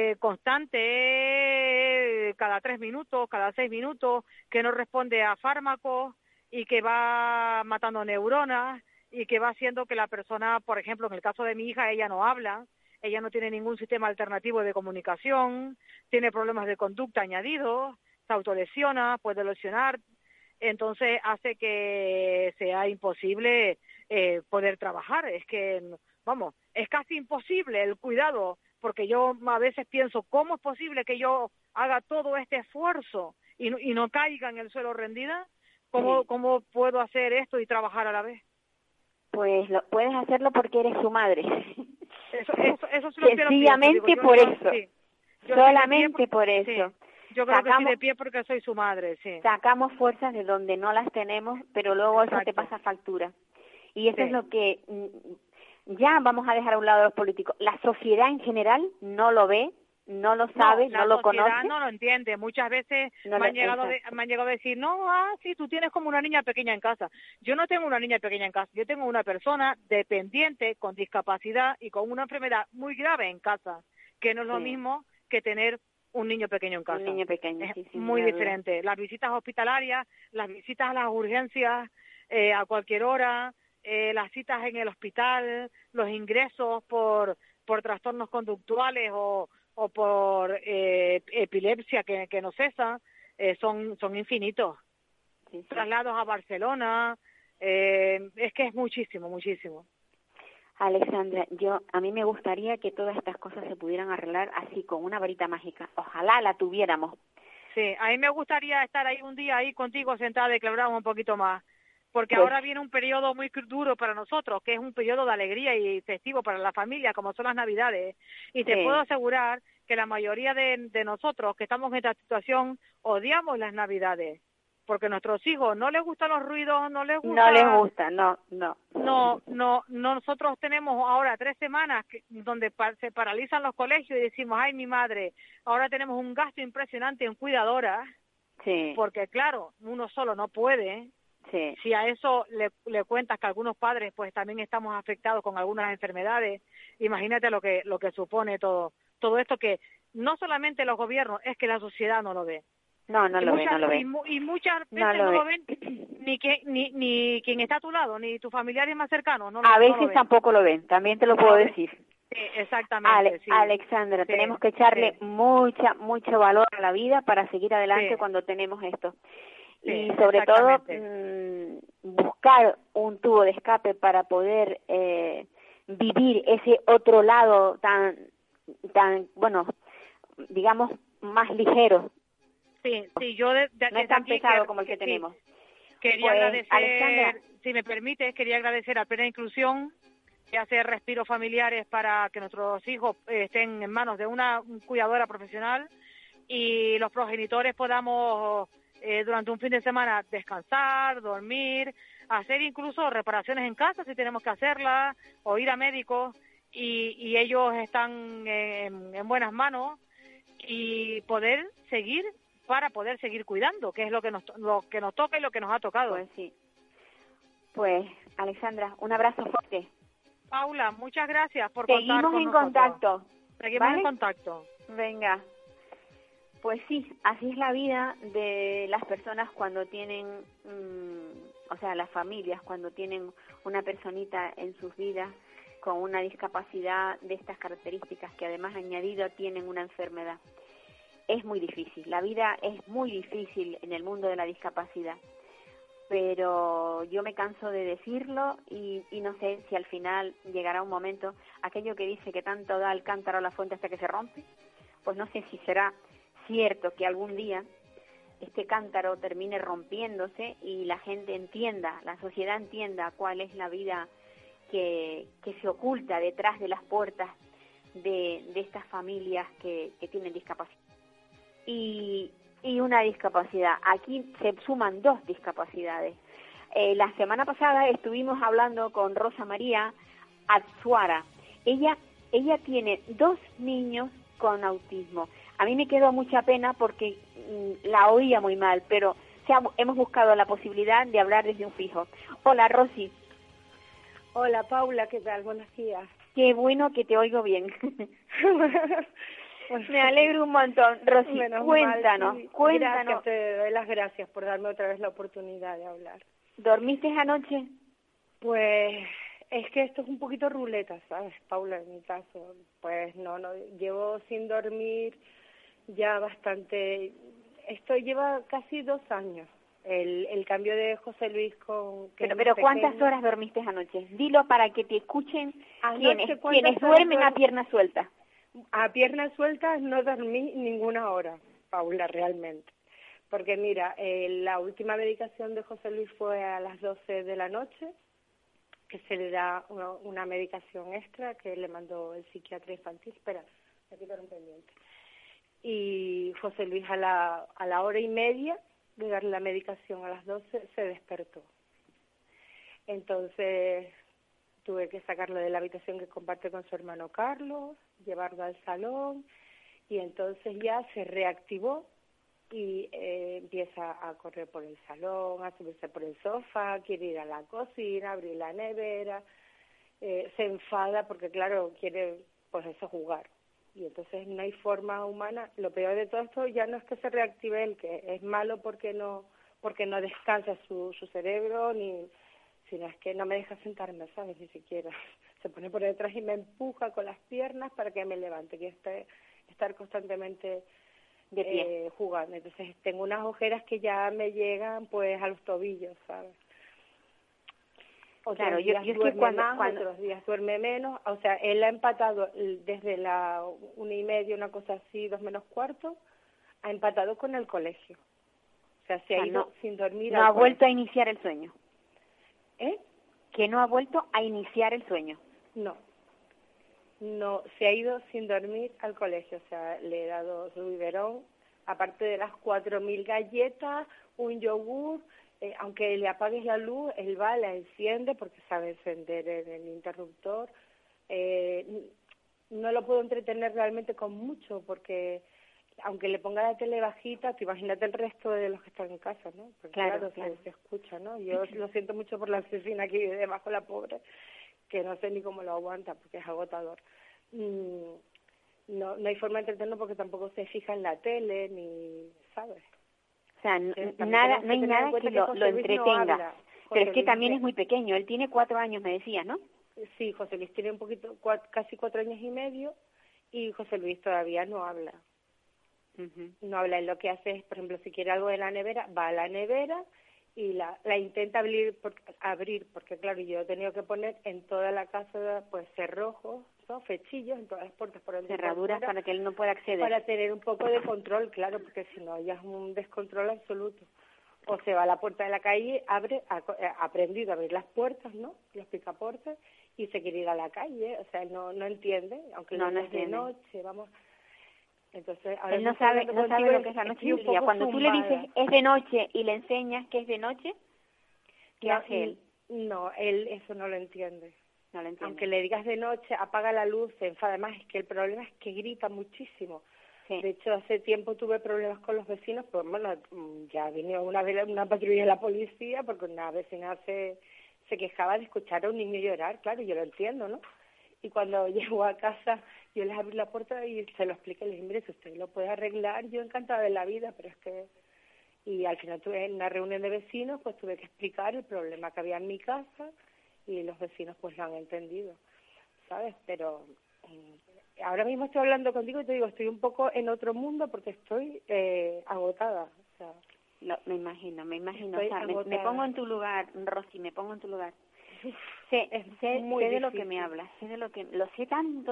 constante, cada 3 minutos, cada 6 minutos, que no responde a fármacos y que va matando neuronas y que va haciendo que la persona, por ejemplo, en el caso de mi hija, ella no habla, ella no tiene ningún sistema alternativo de comunicación, tiene problemas de conducta añadidos, se autolesiona, puede lesionar, entonces hace que sea imposible poder trabajar. Es que, vamos, es casi imposible el cuidado, porque yo a veces pienso, ¿cómo es posible que yo haga todo este esfuerzo y no caiga en el suelo rendida? ¿Cómo puedo hacer esto y trabajar a la vez? Pues puedes hacerlo porque eres su madre. Eso sí lo sencillamente por eso. Sí. Solamente por eso. Sí. Yo creo que estoy de pie porque soy su madre, sí. Sacamos fuerzas de donde no las tenemos, pero luego eso te pasa factura. Y eso es lo que ya vamos a dejar a un lado a los políticos. La sociedad en general no lo ve, no lo sabe, no lo conoce. La sociedad no lo entiende. Muchas veces me han llegado a decir, sí, tú tienes como una niña pequeña en casa. Yo no tengo una niña pequeña en casa. Yo tengo una persona dependiente, con discapacidad y con una enfermedad muy grave en casa, que no es lo mismo que tener un niño pequeño en casa. Un niño pequeño, es muy diferente. Las visitas hospitalarias, las visitas a las urgencias a cualquier hora, las citas en el hospital, los ingresos por trastornos conductuales o por epilepsia que no cesa, son infinitos. Sí, sí. Traslados a Barcelona, es que es muchísimo, muchísimo. Alexandra, a mí me gustaría que todas estas cosas se pudieran arreglar así, con una varita mágica. Ojalá la tuviéramos. Sí, a mí me gustaría estar ahí un día ahí contigo sentada y que habláramos un poquito más, porque Pues, ahora viene un periodo muy duro para nosotros, que es un periodo de alegría y festivo para la familia, como son las Navidades, y te Sí. puedo asegurar que la mayoría de nosotros que estamos en esta situación odiamos las Navidades, porque a nuestros hijos no les gustan los ruidos, no les gusta... No les gusta, no. No, nosotros tenemos ahora 3 semanas donde se paralizan los colegios y decimos, ay, mi madre, ahora tenemos un gasto impresionante en cuidadoras, Sí. porque claro, uno solo no puede. Sí. Si a eso le cuentas que algunos padres pues también estamos afectados con algunas enfermedades, imagínate lo que supone todo esto, que no solamente los gobiernos, es que la sociedad no lo ve. No lo ve. Y muchas veces no lo ven ni quien está a tu lado, ni tus familiares más cercanos. A veces tampoco lo ven, también te lo puedo decir. Sí, exactamente. Sí. Alexandra, Sí, tenemos que echarle mucho valor a la vida para seguir adelante Sí. cuando tenemos esto. Sí, Y sobre todo buscar un tubo de escape para poder vivir ese otro lado tan bueno, digamos, más ligero. Sí, yo no es tan pesado como el que tenemos. Quería Pues, agradecer, Alexandra, si me permites, quería agradecer a Plena Inclusión que hace respiros familiares para que nuestros hijos estén en manos de una cuidadora profesional y los progenitores podamos durante un fin de semana descansar, dormir, hacer incluso reparaciones en casa si tenemos que hacerlas, o ir a médicos, y ellos están en buenas manos y poder seguir cuidando, que es lo que nos toca y lo que nos ha tocado. Pues sí. Pues, Alexandra, un abrazo fuerte. Paula, muchas gracias por contar con Seguimos en contacto. Venga. Pues sí, así es la vida de las personas cuando tienen, las familias, cuando tienen una personita en sus vidas con una discapacidad de estas características, que además añadido tienen una enfermedad. Es muy difícil, la vida es muy difícil en el mundo de la discapacidad, pero yo me canso de decirlo y no sé si al final llegará un momento, aquello que dice que tanto da el cántaro a la fuente hasta que se rompe, pues no sé si será cierto que algún día este cántaro termine rompiéndose y la gente entienda, la sociedad entienda cuál es la vida que se oculta detrás de las puertas de estas familias que tienen discapacidad. Y una discapacidad. Aquí se suman 2 discapacidades. La semana pasada estuvimos hablando con Rosa María Atsuara. Ella tiene 2 niños con autismo. A mí me quedó mucha pena porque la oía muy mal, pero hemos buscado la posibilidad de hablar desde un fijo. Hola, Rosy. Hola, Paula, ¿qué tal? Buenos días. Qué bueno que te oigo bien. Me alegro un montón. Rosy, cuéntanos. Gracias, te doy las gracias por darme otra vez la oportunidad de hablar. ¿Dormiste anoche? Pues es que esto es un poquito ruleta, ¿sabes, Paula? En mi caso, pues no, llevo sin dormir ya bastante. Esto lleva casi 2 años. El cambio de José Luis con... Pero ¿cuántas horas dormiste anoche? Dilo para que te escuchen quienes duermen a pierna suelta. A piernas sueltas no dormí ninguna hora, Paula, realmente. Porque mira, la última medicación de José Luis fue a las 12 de la noche, que se le da una medicación extra que le mandó el psiquiatra infantil. Espera, me quitaron pendiente. Y José Luis a la hora y media de darle la medicación a las 12 se despertó. Entonces tuve que sacarlo de la habitación que comparte con su hermano Carlos, llevarlo al salón, y entonces ya se reactivó y empieza a correr por el salón, a subirse por el sofá, quiere ir a la cocina, abrir la nevera, se enfada porque claro, quiere pues eso, jugar. Y entonces no hay forma humana. Lo peor de todo esto ya no es que se reactive él, que es malo porque no descansa su cerebro, sino es que no me deja sentarme, ¿sabes? Ni siquiera. Se pone por detrás y me empuja con las piernas para que me levante, que estar constantemente de pie, jugando. Entonces tengo unas ojeras que ya me llegan pues a los tobillos, ¿sabes? Otros días duerme más, otros días duerme menos. O sea, él ha empatado desde la 1:30, una cosa así, 2:45, ha empatado con el colegio. O sea, se ha ido sin dormir. No ha vuelto a iniciar el sueño. Que no ha vuelto a iniciar el sueño. No, se ha ido sin dormir al colegio. O sea, le he dado su biberón, aparte de las 4.000 galletas, un yogur. Aunque le apagues la luz, él va, la enciende porque sabe encender el interruptor. No lo puedo entretener realmente con mucho porque aunque le ponga la tele bajita, tú imagínate el resto de los que están en casa, ¿no? Porque claro. Se escucha, ¿no? Yo lo siento mucho por la asesina que vive debajo, la pobre, que no sé ni cómo lo aguanta porque es agotador. No hay forma de entretenerlo porque tampoco se fija en la tele ni, ¿sabes? O sea, no hay nada que lo entretenga. No pero es que también es muy pequeño. Él tiene 4 años, me decías, ¿no? Sí, José Luis tiene casi 4 años y medio, y José Luis todavía no habla. No habla. Él lo que hace es, por ejemplo, si quiere algo de la nevera, va a la nevera y la intenta abrir, porque claro, yo he tenido que poner en toda la casa pues cerrojos, ¿no? Fechillos en todas las puertas por dentro, cerraduras para que él no pueda acceder, para tener un poco de control, claro, porque si no ya es un descontrol absoluto. O se va a la puerta de la calle, ha aprendido a abrir las puertas, ¿no? Los picaportes, y se quiere ir a la calle. O sea, no entiende, aunque no es de noche, vamos. Entonces, ahora él no sabe lo que es la noche y el día. Cuando tú le dices es de noche y le enseñas que es de noche, ¿qué hace él? No, él eso no lo entiende. No lo entiende. Aunque le digas de noche, apaga la luz, se enfada. Además, es que el problema es que grita muchísimo. Sí. De hecho, hace tiempo tuve problemas con los vecinos, pues bueno, ya vino una vez una patrulla de la policía porque una vecina se quejaba de escuchar a un niño llorar. Claro, yo lo entiendo, ¿no? Y cuando llegó a casa, yo les abrí la puerta y se lo expliqué. Les dije, mire, si usted lo puede arreglar, yo encantada de la vida, pero es que... Y al final tuve en una reunión de vecinos, pues tuve que explicar el problema que había en mi casa y los vecinos pues lo han entendido, ¿sabes? Pero ahora mismo estoy hablando contigo y te digo, estoy un poco en otro mundo porque estoy agotada. O sea, me imagino. O sea, me pongo en tu lugar, Rosy, me pongo en tu lugar. Sé de lo que me hablas, lo sé tanto.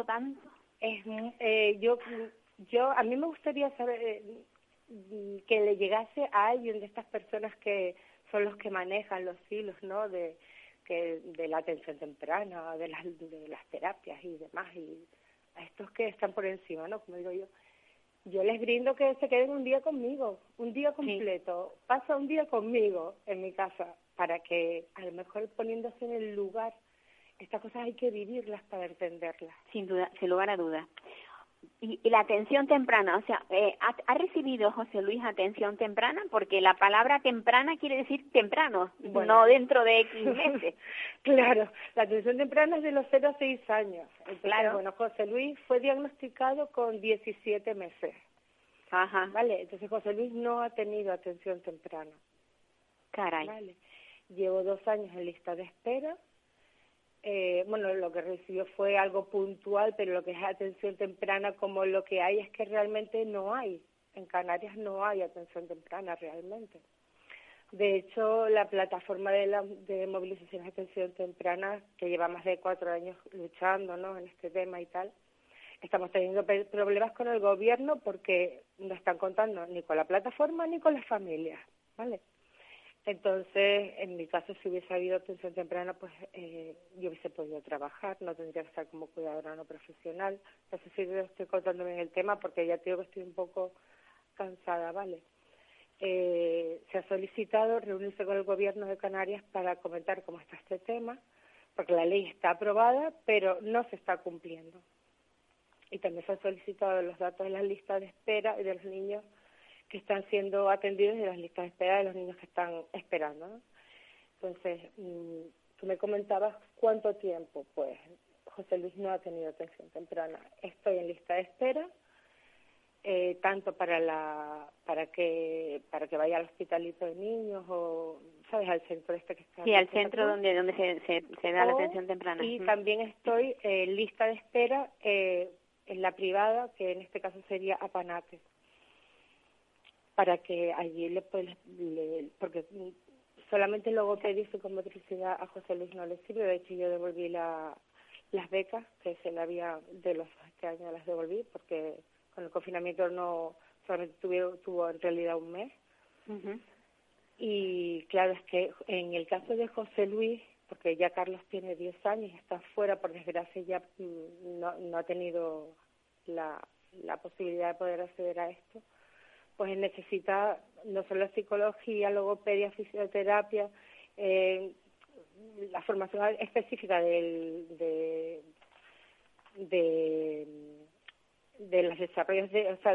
Yo a mí me gustaría saber que le llegase a alguien de estas personas que son los que manejan los hilos, ¿no? De la atención temprana, de las terapias y demás, y a estos que están por encima, ¿no? Como digo yo les brindo que se queden un día conmigo, un día completo, sí. Pasa un día conmigo en mi casa, para que a lo mejor poniéndose en el lugar, estas cosas hay que vivirlas para entenderlas. Sin duda, sin lugar a dudas. Y la atención temprana, o sea, ¿ha recibido José Luis atención temprana? Porque la palabra temprana quiere decir temprano, no dentro de X meses. Claro, la atención temprana es de los 0 a 6 años. Entonces, claro. Bueno, José Luis fue diagnosticado con 17 meses. Ajá. Vale, entonces José Luis no ha tenido atención temprana. Caray. Vale. Llevo 2 años en lista de espera. Bueno, lo que recibió fue algo puntual, pero lo que es atención temprana, como lo que hay es que realmente no hay. En Canarias no hay atención temprana realmente. De hecho, la plataforma de movilización de atención temprana, que lleva más de 4 años luchando, ¿no?, en este tema y tal, estamos teniendo problemas con el gobierno porque no están contando ni con la plataforma ni con las familias, ¿vale? Entonces, en mi caso, si hubiese habido atención temprana, pues yo hubiese podido trabajar, no tendría que estar como cuidadora no profesional. No sé si estoy contando bien el tema porque ya te digo que estoy un poco cansada, ¿vale? Se ha solicitado reunirse con el gobierno de Canarias para comentar cómo está este tema, porque la ley está aprobada, pero no se está cumpliendo. Y también se han solicitado los datos de las listas de espera y de los niños que están siendo atendidos y de las listas de espera de los niños que están esperando, ¿no? Entonces, tú me comentabas cuánto tiempo. Pues José Luis no ha tenido atención temprana. Estoy en lista de espera, tanto para que vaya al hospitalito de niños o, ¿sabes?, al centro este que está. Sí, al centro donde se da la atención temprana. Y también estoy en lista de espera en la privada, que en este caso sería Apanate. para que allí porque solamente logopedia y psicomotricidad a José Luis no le sirve. De hecho, yo devolví las becas que se le había de los este año, las devolví porque con el confinamiento no solamente tuvo en realidad un mes. Uh-huh. Y claro, es que en el caso de José Luis, porque ya Carlos tiene 10 años y está fuera, por desgracia ya no ha tenido la posibilidad de poder acceder a esto, pues él necesita no solo psicología, logopedia, fisioterapia, la formación específica de los desarrollos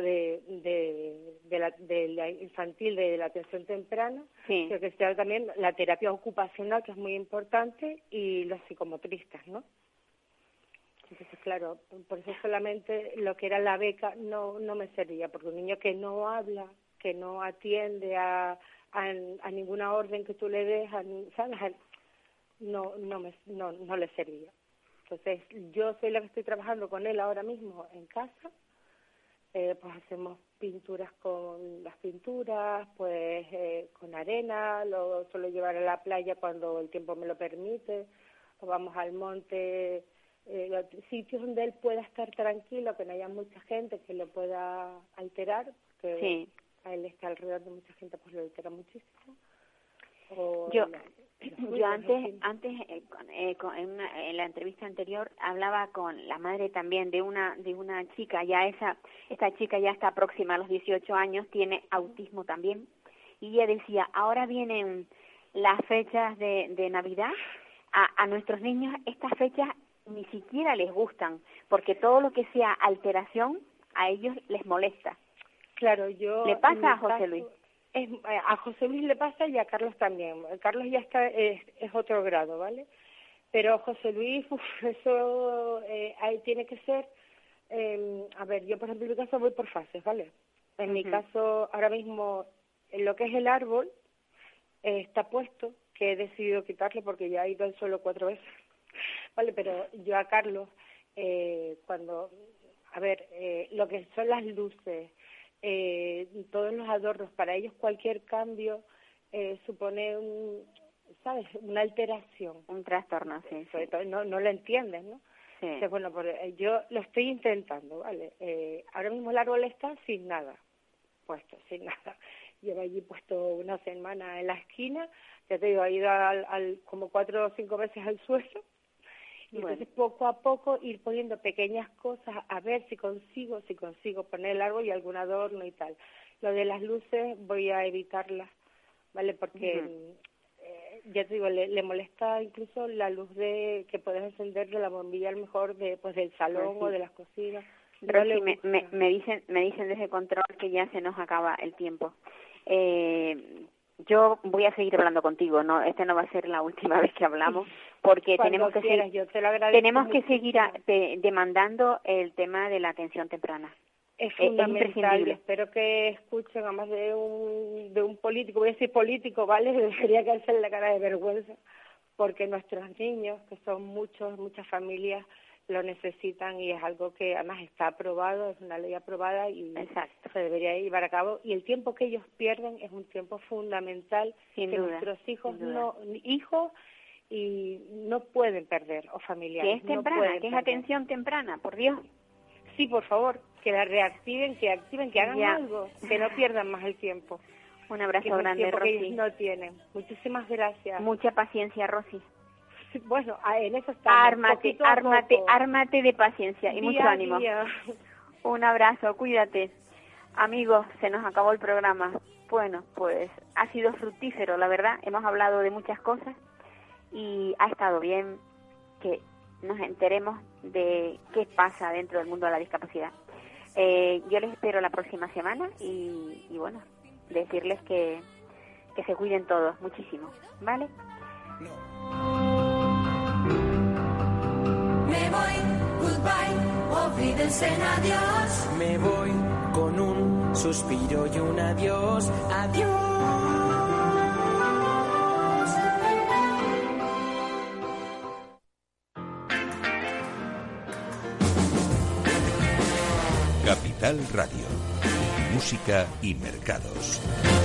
de la infantil, de la atención temprana, sí. Pero que sea también la terapia ocupacional, que es muy importante, y los psicomotristas, ¿no? Entonces, claro, por eso solamente lo que era la beca no me servía, porque un niño que no habla, que no atiende a ninguna orden que tú le des, ¿sabes? No le servía. Entonces, yo soy la que estoy trabajando con él ahora mismo en casa, pues hacemos pinturas con las pinturas, pues con arena, lo suelo llevar a la playa cuando el tiempo me lo permite, o vamos al monte, sitios donde él pueda estar tranquilo, que no haya mucha gente que lo pueda alterar, porque sí. A él está alrededor de mucha gente, pues lo altera muchísimo. Yo antes en la entrevista anterior hablaba con la madre también de una chica, esta chica ya está próxima a los 18 años, tiene autismo también, y ella decía, ahora vienen las fechas de Navidad, a nuestros niños estas fechas ni siquiera les gustan, porque todo lo que sea alteración a ellos les molesta. Claro, ¿Le pasa a José Luis? A José Luis le pasa y a Carlos también. Carlos ya es otro grado, ¿vale? Pero José Luis, eso ahí tiene que ser, a ver, yo por ejemplo en mi caso voy por fases, ¿vale? En mi caso ahora mismo en lo que es el árbol está puesto, que he decidido quitarle porque ya he ido al suelo 4 veces, ¿vale? Pero yo a Carlos, lo que son las luces, todos los adornos, para ellos cualquier cambio supone una alteración, un trastorno, sí. Sobre todo no lo entienden, ¿no? Sí. Entonces, bueno, yo lo estoy intentando, ¿vale? Ahora mismo el árbol está sin nada puesto, sin nada. Llevo allí puesto una semana en la esquina, ya te digo, he ido como 4 o 5 veces al suelo. Y entonces poco a poco ir poniendo pequeñas cosas a ver si consigo poner el árbol y algún adorno y tal. Lo de las luces voy a evitarlas, ¿vale? Porque ya te digo, le molesta incluso la luz que puedes encender de la bombilla, a lo mejor del salón o de las cocinas. Rosy, me dicen desde control que ya se nos acaba el tiempo. Yo voy a seguir hablando contigo, no, esta no va a ser la última vez que hablamos, porque tenemos que seguir demandando el tema de la atención temprana. Es fundamental, espero que escuchen a más de un político, voy a decir político, ¿vale? Debería caerse en la cara de vergüenza, porque nuestros niños, que son muchas familias, lo necesitan y es algo que además está aprobado, es una ley aprobada y exacto, se debería llevar a cabo. Y el tiempo que ellos pierden es un tiempo fundamental sin que duda, nuestros hijos no pueden perder, o familiares. Que es temprana, que es atención temprana, por Dios. Sí, por favor, que la reactiven, que activen, que hagan algo, que no pierdan más el tiempo. Un abrazo grande, Rosy. Que ellos no tienen. Muchísimas gracias. Mucha paciencia, Rosy. Bueno, en eso estamos. Ármate de paciencia y mucho ánimo. Un abrazo, cuídate. Amigos, se nos acabó el programa. Bueno, pues ha sido fructífero, la verdad. Hemos hablado de muchas cosas y ha estado bien que nos enteremos de qué pasa dentro del mundo de la discapacidad. Yo les espero la próxima semana y bueno, decirles que se cuiden todos muchísimo, ¿vale? Me voy, goodbye, olvídense en adiós. Me voy con un suspiro y un adiós, adiós. Capital Radio. música y mercados.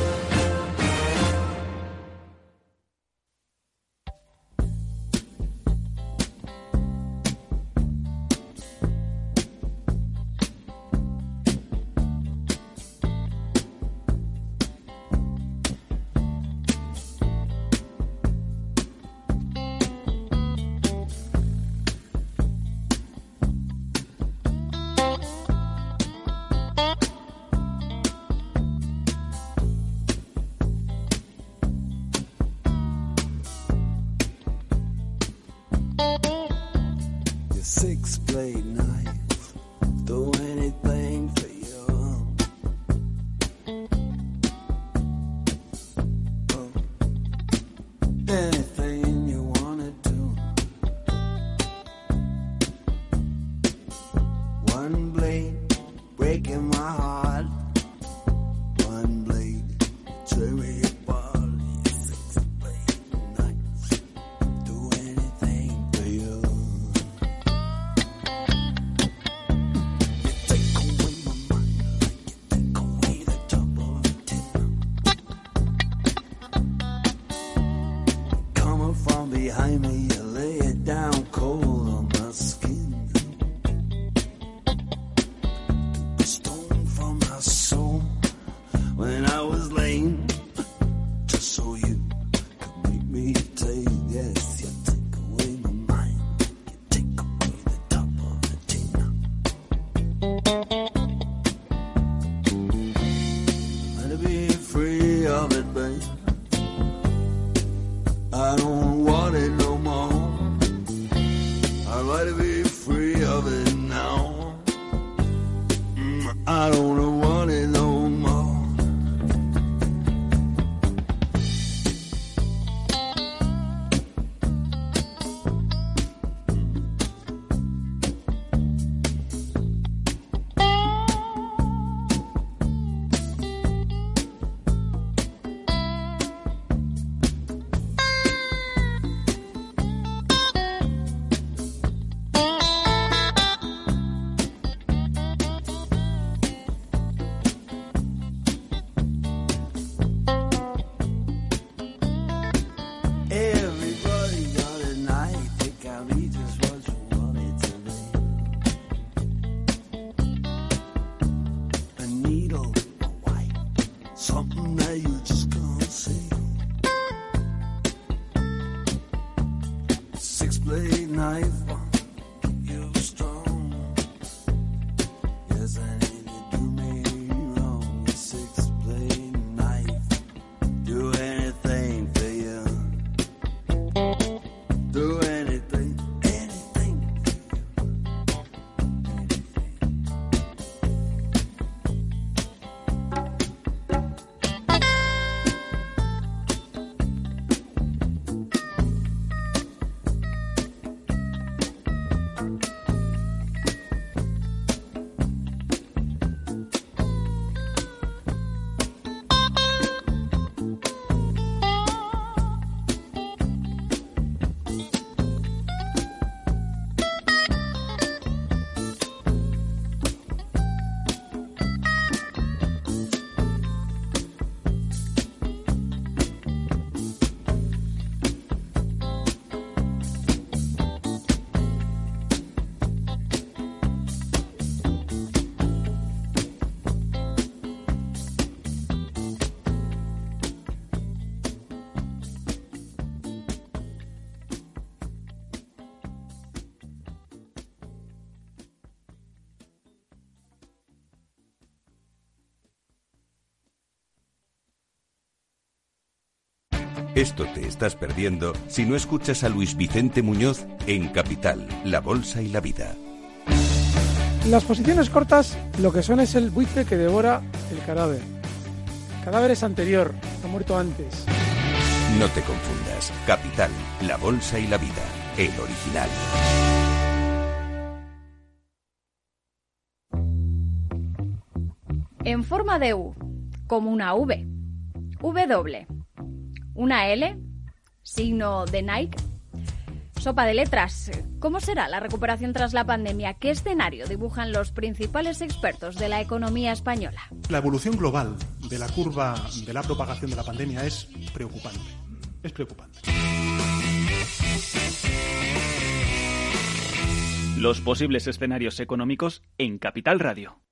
Esto te estás perdiendo si no escuchas a Luis Vicente Muñoz en Capital, La Bolsa y la Vida. Las posiciones cortas lo que son es el buitre que devora el cadáver. El cadáver es anterior, ha muerto antes. No te confundas. Capital, La Bolsa y la Vida, el original. En forma de U, como una V, W, una L, signo de Nike. sopa de letras. ¿Cómo será la recuperación tras la pandemia? ¿Qué escenario dibujan los principales expertos de la economía española? La evolución global de la curva de la propagación de la pandemia es preocupante. Es preocupante. Los posibles escenarios económicos en Capital Radio.